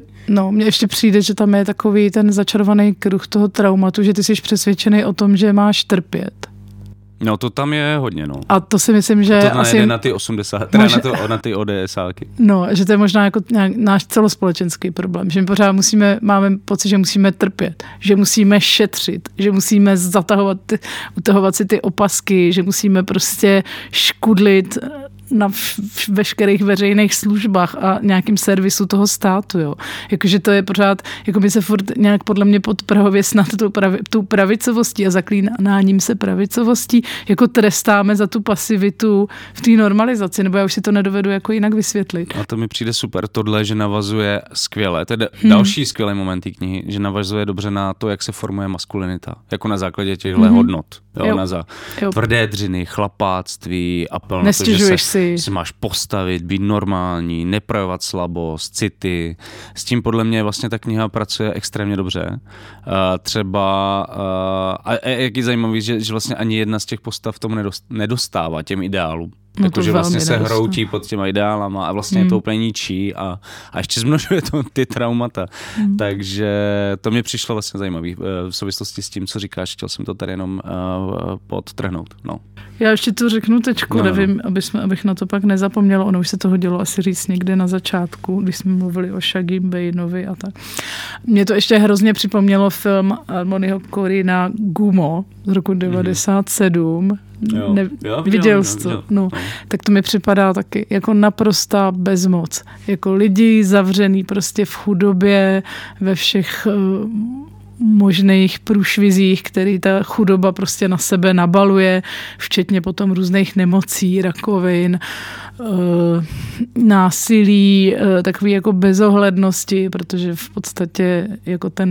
Mně ještě přijde, že tam je takový ten začarovaný kruh toho traumatu, že ty jsi přesvědčený o tom, že máš trpět. No to tam je hodně, no. A to si myslím, že to asi na ty 80, teda na ty ODSáky. No, že to je možná jako náš celospolečenský problém, že my pořád máme pocit, že musíme trpět, že musíme šetřit, že musíme utahovat si ty opasky, že musíme prostě škudlit na veškerých veřejných službách a nějakým servisu toho státu, jo. Jakože to je pořád, jako my se furt nějak podle mě podprahově snad tou pravicovostí a zaklínáním se pravicovostí jako trestáme za tu pasivitu v té normalizaci, nebo já už si to nedovedu jako jinak vysvětlit. A to mi přijde super, tohle, že navazuje skvěle, to je další skvělý moment té knihy, že navazuje dobře na to, jak se formuje maskulinita, jako na základě těchto hodnot, tvrdé dřiny, chlapáctví, apel na to, že se máš postavit, být normální, neprojevovat slabost, city. S tím podle mě vlastně ta kniha pracuje extrémně dobře. Jak je zajímavý, že vlastně ani jedna z těch postav tomu nedostává těm ideálům. No jakože vlastně se hroutí pod těma ideálama a vlastně je to úplně ničí a ještě zmnožuje to ty traumata. Takže to mě přišlo vlastně zajímavý v souvislosti s tím, co říkáš. Chtěl jsem to tady jenom podtrhnout. No. Já ještě to řeknu tečku, nevím, abych na to pak nezapomněla. Ono už se toho dělo asi říct někde na začátku, když jsme mluvili o Shaggy Bainovi a tak. Mě to ještě hrozně připomnělo film Harmonyho Korina Gumo z roku 97. Viděl jsi to? No. Tak to mi připadá taky jako naprostá bezmoc. Jako lidi zavřený prostě v chudobě, ve všech možných průšvizích, který ta chudoba prostě na sebe nabaluje, včetně potom různých nemocí, rakovin, násilí, takový jako bezohlednosti, protože v podstatě jako ten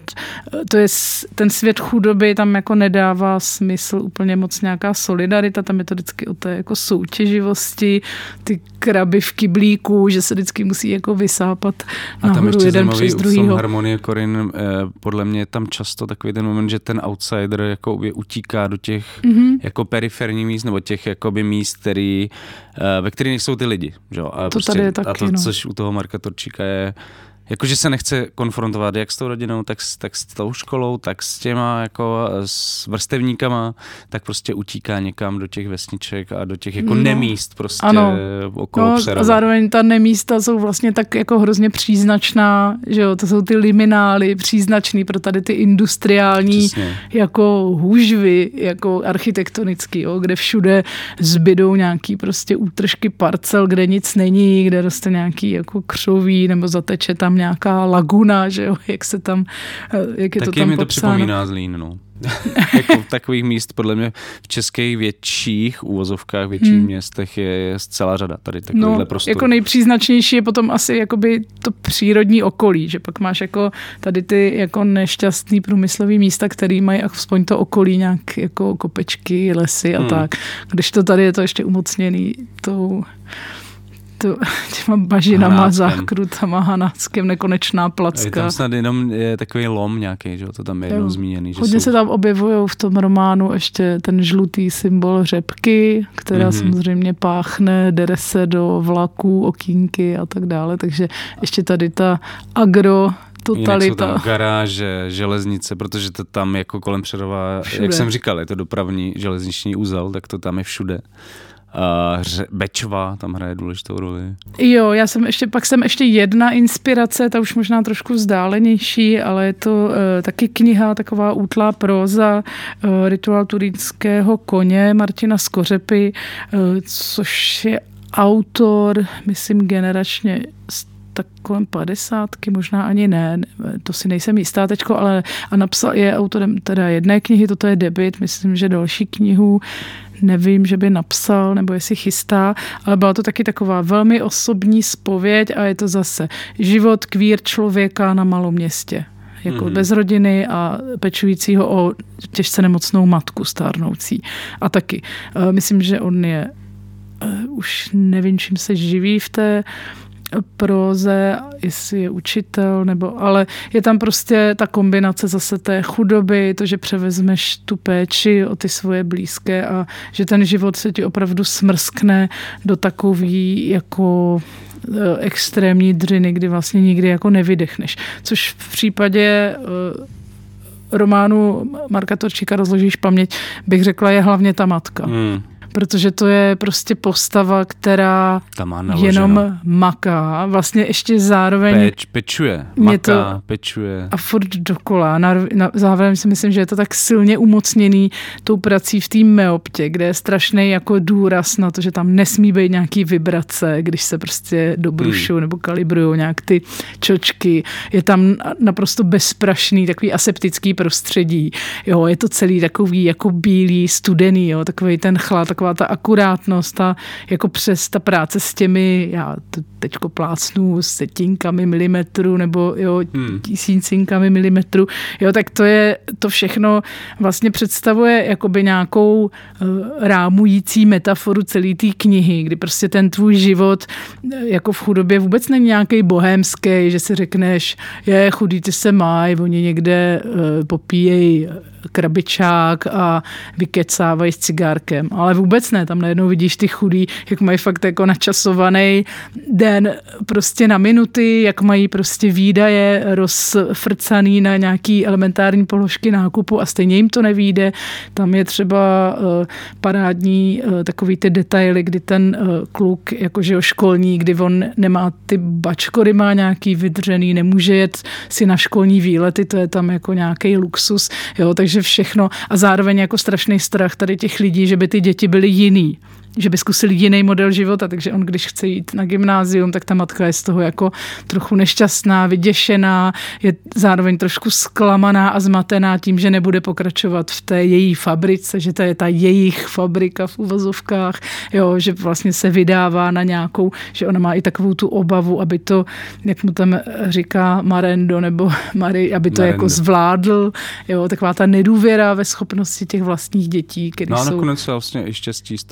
svět chudoby tam jako nedává smysl úplně moc nějaká solidarita, tam je to vždycky o té jako soutěživosti, ty kraby v kyblíku, že se vždycky musí jako vysápat nahoru jeden přes druhýho. A tam ještě zajímavý Harmonie Korin, podle mě je tam často takový ten moment, že ten outsider jako utíká do těch jako periferních míst, nebo těch jakoby míst, který ve kterých nejsou ty lidi. Že? A to prostě, tady je taky, a to, což u toho Marka Torčíka je, jakože se nechce konfrontovat jak s tou rodinou, tak s tou školou, tak s těma jako s vrstevníkama, tak prostě utíká někam do těch vesniček a do těch jako nemíst prostě okolo Přerova. A zároveň ta nemísta jsou vlastně tak jako hrozně příznačná, že jo, to jsou ty liminály příznačný pro tady ty industriální jako hůžvy, jako architektonický, jo, kde všude zbydou nějaký prostě útržky parcel, kde nic není, kde roste nějaký jako křoví nebo zateče tam nějaká laguna, že jo, jak je to tam popsáno. Taky mi to připomíná Zlín, no. Jako takových míst podle mě v českých větších úvozovkách, větších městech je zcela řada tady takovýhle prostor. Jako nejpříznačnější je potom asi jakoby to přírodní okolí, že pak máš jako tady ty jako nešťastný průmyslový místa, který mají aspoň to okolí nějak jako kopečky, lesy a tak. Když to tady je to ještě umocněný těma bažinama, záchrutama, Hanáckem, nekonečná placka. Je tam snad jenom je takový lom nějaký, že to tam je jednou zmíněný. Že hodně se tam objevují v tom románu ještě ten žlutý symbol řepky, která samozřejmě páchne, dere se do vlaků, okýnky a tak dále, takže ještě tady ta totalita. Jinak jsou tam garáže, železnice, protože to tam jako kolem Přerova, všude. Jak jsem říkal, je to dopravní železniční úzel, tak to tam je všude. Bečva tam hraje důležitou roli. Jo, pak jsem ještě jedna inspirace, ta už možná trošku vzdálenější, ale je to taky kniha, taková útlá próza Rituál turínského koně Martina Skořepy, což je autor, myslím generačně tak kolem 50, možná ani ne, to si nejsem jistá teďko, ale je autorem teda jedné knihy, toto je debut, myslím, že další knihu nevím, že by napsal, nebo jestli chystá, ale byla to taky taková velmi osobní zpověď a je to zase život queer člověka na malom městě. Jako bez rodiny a pečujícího o těžce nemocnou matku stárnoucí. A taky. Myslím, že on je, už nevím, čím se živí v té próze, jestli je učitel, ale je tam prostě ta kombinace zase té chudoby, to, že převezmeš tu péči o ty svoje blízké a že ten život se ti opravdu smrskne do takový jako extrémní dřiny, kdy vlastně nikdy jako nevydechneš. Což v případě románu Marka Torčíka Rozložíš paměť, bych řekla, je hlavně ta matka. Protože to je prostě postava, která jenom maká. Vlastně ještě zároveň... Pečuje. Pečuje. A furt dokola. Zároveň si myslím, že je to tak silně umocněný tou prací v té meoptě, kde je strašný jako důraz na to, že tam nesmí být nějaký vibrace, když se prostě dobrušují nebo kalibrujou nějak ty čočky. Je tam naprosto bezprašný, takový aseptický prostředí. Jo, je to celý takový jako bílý, studený, jo, takový ten chlad, taková ta akurátnost a jako přes ta práce s těmi, já teďko plácnu setinkami milimetru nebo tisícinkami milimetru, tak to všechno vlastně představuje jakoby nějakou rámující metaforu celé té knihy, kdy prostě ten tvůj život jako v chudobě vůbec není nějaký bohémský, že si řekneš, chudí ty se mají, oni někde popíjejí krabičák a vykecávají s cigárkem. Ale vůbec ne, tam najednou vidíš ty chudí, jak mají fakt jako načasovaný den prostě na minuty, jak mají prostě výdaje rozfrcaný na nějaký elementární položky nákupu a stejně jim to nevyjde. Tam je třeba parádní takový ty detaily, kdy ten kluk, jakože školní, kdy on nemá ty bačkory, má nějaký vydřený, nemůže jet si na školní výlety, to je tam jako nějaký luxus, takže všechno a zároveň jako strašný strach tady těch lidí, že by ty děti byly jiný, že by zkusili jiný model života, takže on, když chce jít na gymnázium, tak ta matka je z toho jako trochu nešťastná, vyděšená, je zároveň trošku zklamaná a zmatená tím, že nebude pokračovat v té její fabrice, že to je ta jejich fabrika v uvozovkách, že vlastně se vydává na nějakou, že ona má i takovou tu obavu, aby to, jak mu tam říká Marendo nebo Marie, aby to jako zvládl, taková ta nedůvěra ve schopnosti těch vlastních dětí, které jsou... No a nakonec se vlastně i štěstí z toho, že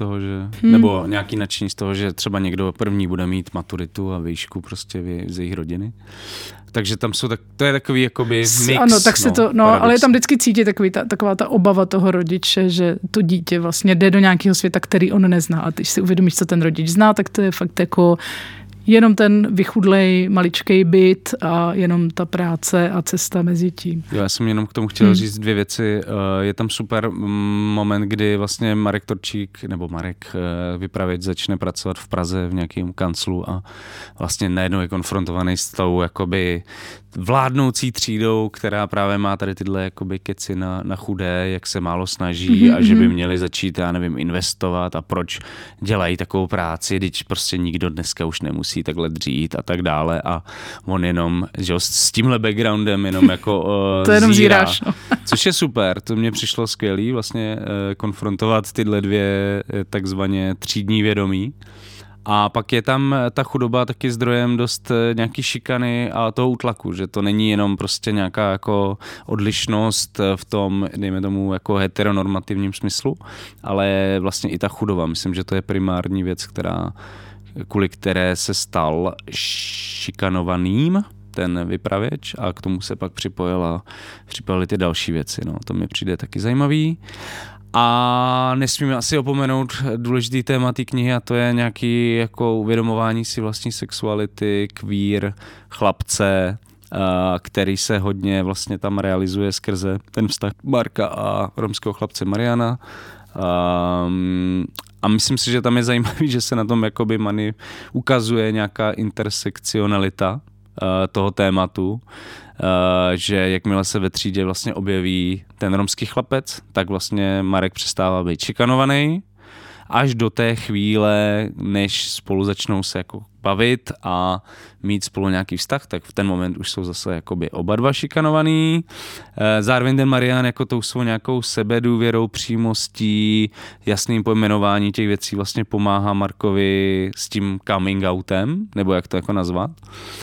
Nebo nějaký nadšení z toho, že třeba někdo první bude mít maturitu a výšku prostě z jejich rodiny. Takže tam jsou to je takový jakoby mix. Ano, tak se to, ale je tam vždycky cítit taková ta obava toho rodiče, že to dítě vlastně jde do nějakého světa, který on nezná. A když si uvědomíš, co ten rodič zná, tak to je fakt jako jenom ten vychudlej maličkej byt a jenom ta práce a cesta mezi tím. Já jsem jenom k tomu chtěl říct 2 věci. Je tam super moment, kdy vlastně Marek Torčík, nebo Marek vypravěč začne pracovat v Praze v nějakém kanclu a vlastně najednou je konfrontovaný s tou jakoby vládnoucí třídou, která právě má tady tyhle jakoby keci na chudé, jak se málo snaží a že by měli začít, já nevím, investovat a proč dělají takovou práci, když prostě nikdo dneska už nemusí takhle dřít a tak dále a on jenom, že s tímhle backgroundem jenom jako to jenom zíráš. No. Což je super, to mně přišlo skvělý vlastně konfrontovat tyhle 2 takzvaně třídní vědomí. A pak je tam ta chudoba taky zdrojem dost nějaký šikany a toho útlaku, že to není jenom prostě nějaká jako odlišnost v tom, dejme tomu, jako heteronormativním smyslu, ale vlastně i ta chudoba. Myslím, že to je primární věc, kvůli které se stal šikanovaným ten vypravěč a k tomu se pak připojily ty další věci. No. To mi přijde taky zajímavý. A nesmíme asi opomenout důležitý téma té knihy a to je nějaký jako uvědomování si vlastní sexuality, queer, chlapce, který se hodně vlastně tam realizuje skrze ten vztah Marka a romského chlapce Mariana. A myslím si, že tam je zajímavý, že se na tom jakoby ukazuje nějaká intersekcionalita toho tématu, že jakmile se ve třídě vlastně objeví ten romský chlapec, tak vlastně Marek přestává být šikanovaný až do té chvíle, než spolu začnou se jako bavit a mít spolu nějaký vztah, tak v ten moment už jsou zase jakoby oba dva šikanovaný. Zároveň ten Marian jako tou svou nějakou sebedůvěrou, přímostí, jasným pojmenování těch věcí vlastně pomáhá Markovi s tím coming outem, nebo jak to jako nazvat.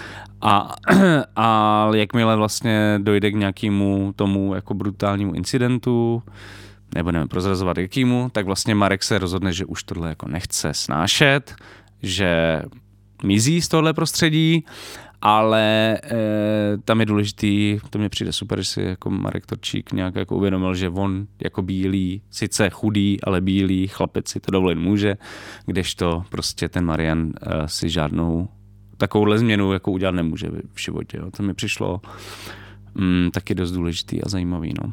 A jakmile vlastně dojde k nějakému tomu jako brutálnímu incidentu, nebo nevím prozrazovat jakýmu, tak vlastně Marek se rozhodne, že už tohle jako nechce snášet, že mizí z tohle prostředí, ale tam je důležitý, to mě přijde super, že si jako Marek Torčík nějak jako uvědomil, že on jako bílý, sice chudý, ale bílý chlapec si to dovolit může, kdežto prostě ten Marian si žádnou takovouhle změnu jako udělat nemůže v životě. Jo. To mi přišlo taky dost důležitý a zajímavý. No.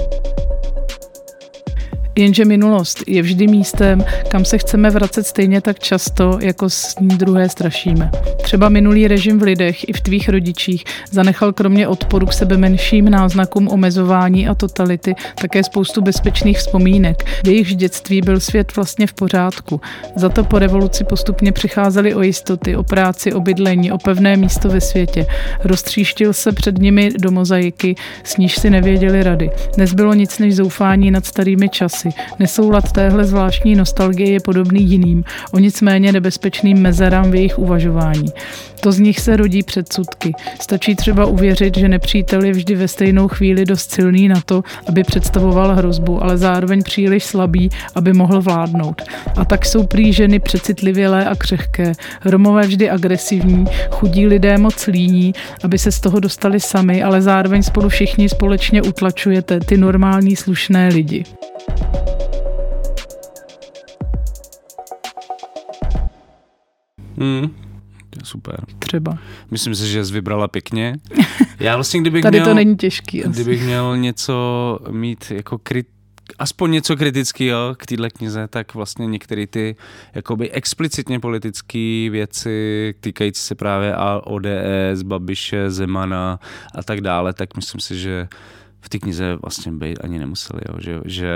Jenže minulost je vždy místem, kam se chceme vracet stejně tak často, jako s ní druhé strašíme. Třeba minulý režim v lidech i v tvých rodičích zanechal kromě odporu k sebe menším náznakům omezování a totality také spoustu bezpečných vzpomínek. V jejichž dětství byl svět vlastně v pořádku. Za to po revoluci postupně přicházeli o jistoty, o práci, o bydlení, o pevné místo ve světě. Roztříštil se před nimi do mozaiky, s níž si nevěděli rady. Nezbylo nic než zoufání nad starými časy. Nesoulad téhle zvláštní nostalgie je podobný jiným, o nic méně nebezpečným mezerám v jejich uvažování. To z nich se rodí předsudky. Stačí třeba uvěřit, že nepřítel je vždy ve stejnou chvíli dost silný na to, aby představoval hrozbu, ale zároveň příliš slabý, aby mohl vládnout. A tak jsou prý ženy přecitlivělé a křehké, Romové vždy agresivní, chudí lidé moc líní, aby se z toho dostali sami, ale zároveň spolu všichni společně utlačujete ty normální slušné lidi. To je super. Třeba. Myslím si, že jsi vybrala pěkně. Já vlastně, Tady to není těžký. Kdybych měl něco mít jako aspoň něco kritického k téhle knize, tak vlastně některé ty jakoby explicitně politické věci týkající se právě ODS, Babiše, Zemana a tak dále, tak myslím si, že v té knize vlastně být ani nemuseli, jo? Že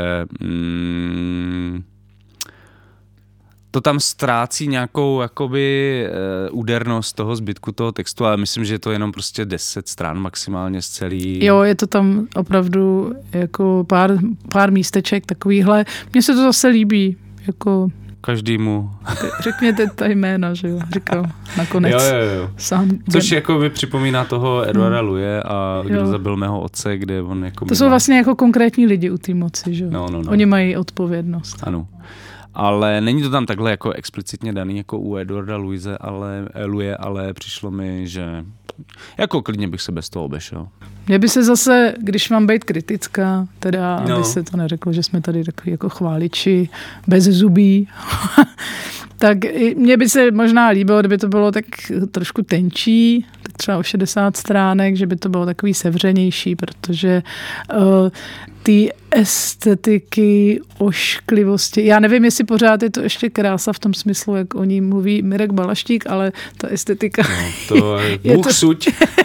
to tam ztrácí nějakou jakoby údernost toho zbytku toho textu, ale myslím, že je to jenom prostě 10 stran maximálně z celý. Jo, je to tam opravdu jako pár místeček takovýhle. Mně se to zase líbí, jako každému. Řekněte ta jména, že jo, říkal nakonec. Jo. Sám. Což jako mi připomíná toho Eduarda Luje a Kdo zabil mého otce, kde on jako... To jsou vlastně jako konkrétní lidi u té moci, že jo. No. Oni mají odpovědnost. Ano. Ale není to tam takhle jako explicitně daný jako u Eduarda Luise, ale přišlo mi, že jako klidně bych se bez toho obešel. Mně by se zase, když mám být kritická, teda aby se to neřeklo, že jsme tady takový jako chváliči bez zubí, tak mně by se možná líbilo, kdyby to bylo tak trošku tenčí, tak třeba o 60 stránek, že by to bylo takový sevřenější, protože ty estetiky, ošklivosti, já nevím, jestli pořád je to ještě krása v tom smyslu, jak o ní mluví Mirek Balaštík, ale ta estetika... No, to je Bůh suď.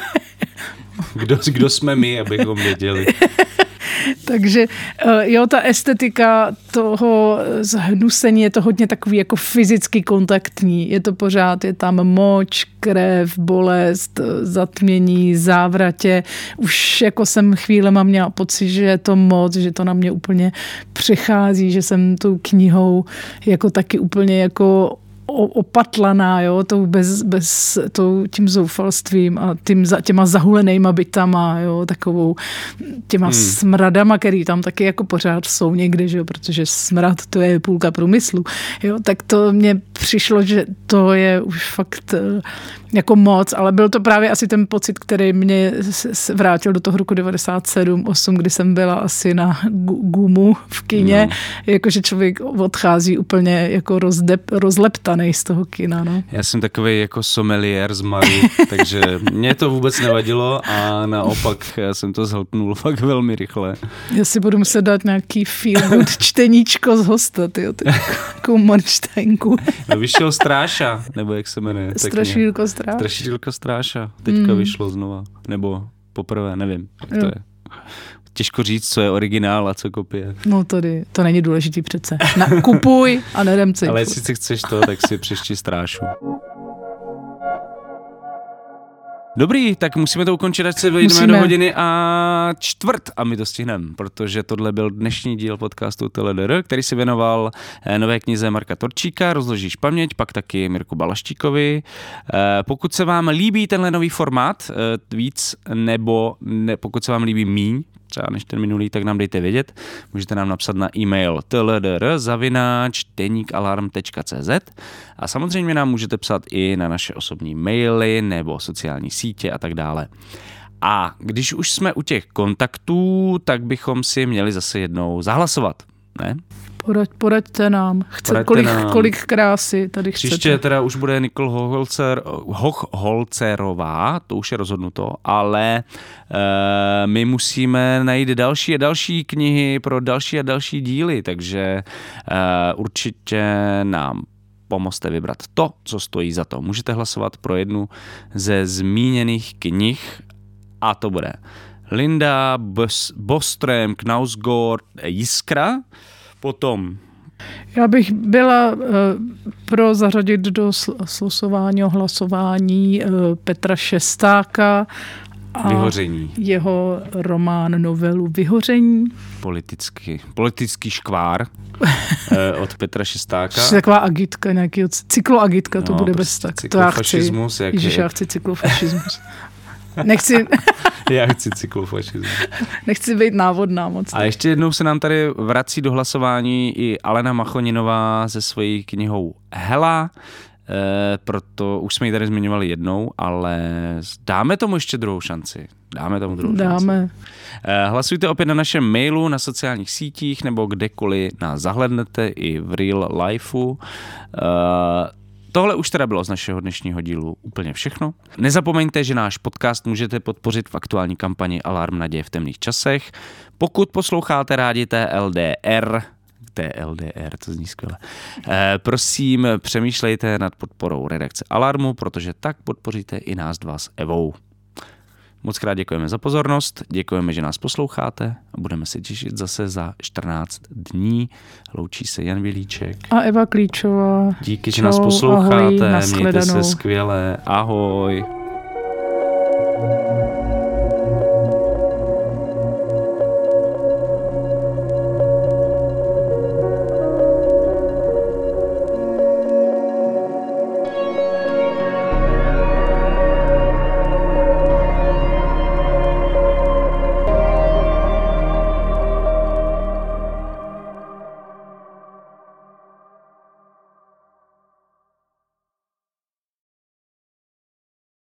Kdo jsme my, abychom věděli. Takže jo, ta estetika toho zhnusení je to hodně takový jako fyzicky kontaktní. Je to pořád, je tam moč, krev, bolest, zatmění, závratě. Už jako jsem chvílema měla pocit, že je to moc, že to na mě úplně přechází, že jsem tou knihou jako taky úplně jako opatlaná, jo, tím zoufalstvím a těma zahulenejma bytama, jo, takovou těma smradama, který tam taky jako pořád jsou někde, že jo, protože smrad to je půlka průmyslu, jo, tak to mně přišlo, že to je už fakt jako moc, ale byl to právě asi ten pocit, který mě vrátil do toho roku 97-8, kdy jsem byla asi na gumu v kině, jakože člověk odchází úplně jako rozleptaný z toho kina, no. Já jsem takovej jako sommelier z Mary, takže mě to vůbec nevadilo a naopak jsem to zhltnul fakt velmi rychle. Já si budu muset dát nějaký feel good čteníčko z hosta, tyjo, takovou Marštejnku. No vyšel Stráša, nebo jak se jmenuje? Strašidlo Stráša. Strašidlo Stráša, teďka vyšlo znova, nebo poprvé, nevím, jak to je. Těžko říct, co je originál a co kopie. No tady, to není důležitý přece. Kupuj a nedemcej. Ale jestli si chceš to, tak si přešti Strášu. Dobrý, tak musíme to ukončit, ať se dojdeme do 1:04 a my to stihneme, protože tohle byl dnešní díl podcastu TLDR, který se věnoval nové knize Marka Torčíka, Rozložíš paměť, pak taky Mirku Balaštíkovi. Pokud se vám líbí tenhle nový formát víc, nebo pokud se vám líbí míň, třeba než ten minulý, tak nám dejte vědět. Můžete nám napsat na e-mail tldr@denikalarm.cz a samozřejmě nám můžete psat i na naše osobní maily nebo sociální sítě a tak dále. A když už jsme u těch kontaktů, tak bychom si měli zase jednou zahlasovat, ne? Poraďte nám. Kolik krásy tady chcete. Příště teda už bude Nicole Hochholcerová, to už je rozhodnuto, ale my musíme najít další a další knihy pro další a další díly, takže určitě nám pomozte vybrat to, co stojí za to. Můžete hlasovat pro jednu ze zmíněných knih a to bude Linda Boström, Knausgård, Jiskra. Potom. Já bych byla pro zařadit do slosování o hlasování Petra Šestáka a Vyhoření. Jeho román, novelu Vyhoření. Politický škvár od Petra Šestáka. Taková agitka, nějaký cykloagitka, to bude bez tak. Cyklofašismus. Já chci cyklofašismus. Nechci... Já chci cyklofašismus. Nechci být návodná moc. A ještě jednou se nám tady vrací do hlasování i Alena Machoninová se svojí knihou Hela, proto už jsme ji tady zmiňovali jednou, ale dáme tomu ještě druhou šanci. Dáme. Hlasujte opět na našem mailu, na sociálních sítích nebo kdekoliv nás zahlednete i v real lifeu. Tohle už teda bylo z našeho dnešního dílu úplně všechno. Nezapomeňte, že náš podcast můžete podpořit v aktuální kampani Alarm naděje v temných časech. Pokud posloucháte rádi TLDR, to zní skvěle. Prosím, přemýšlejte nad podporou redakce Alarmu, protože tak podpoříte i nás dva s Evou. Moc krát děkujeme za pozornost, děkujeme, že nás posloucháte a budeme se těšit zase za 14 dní. Loučí se Jan Bělíček a Eva Klíčová. Díky, že nás posloucháte, ahoj, mějte se skvěle, ahoj.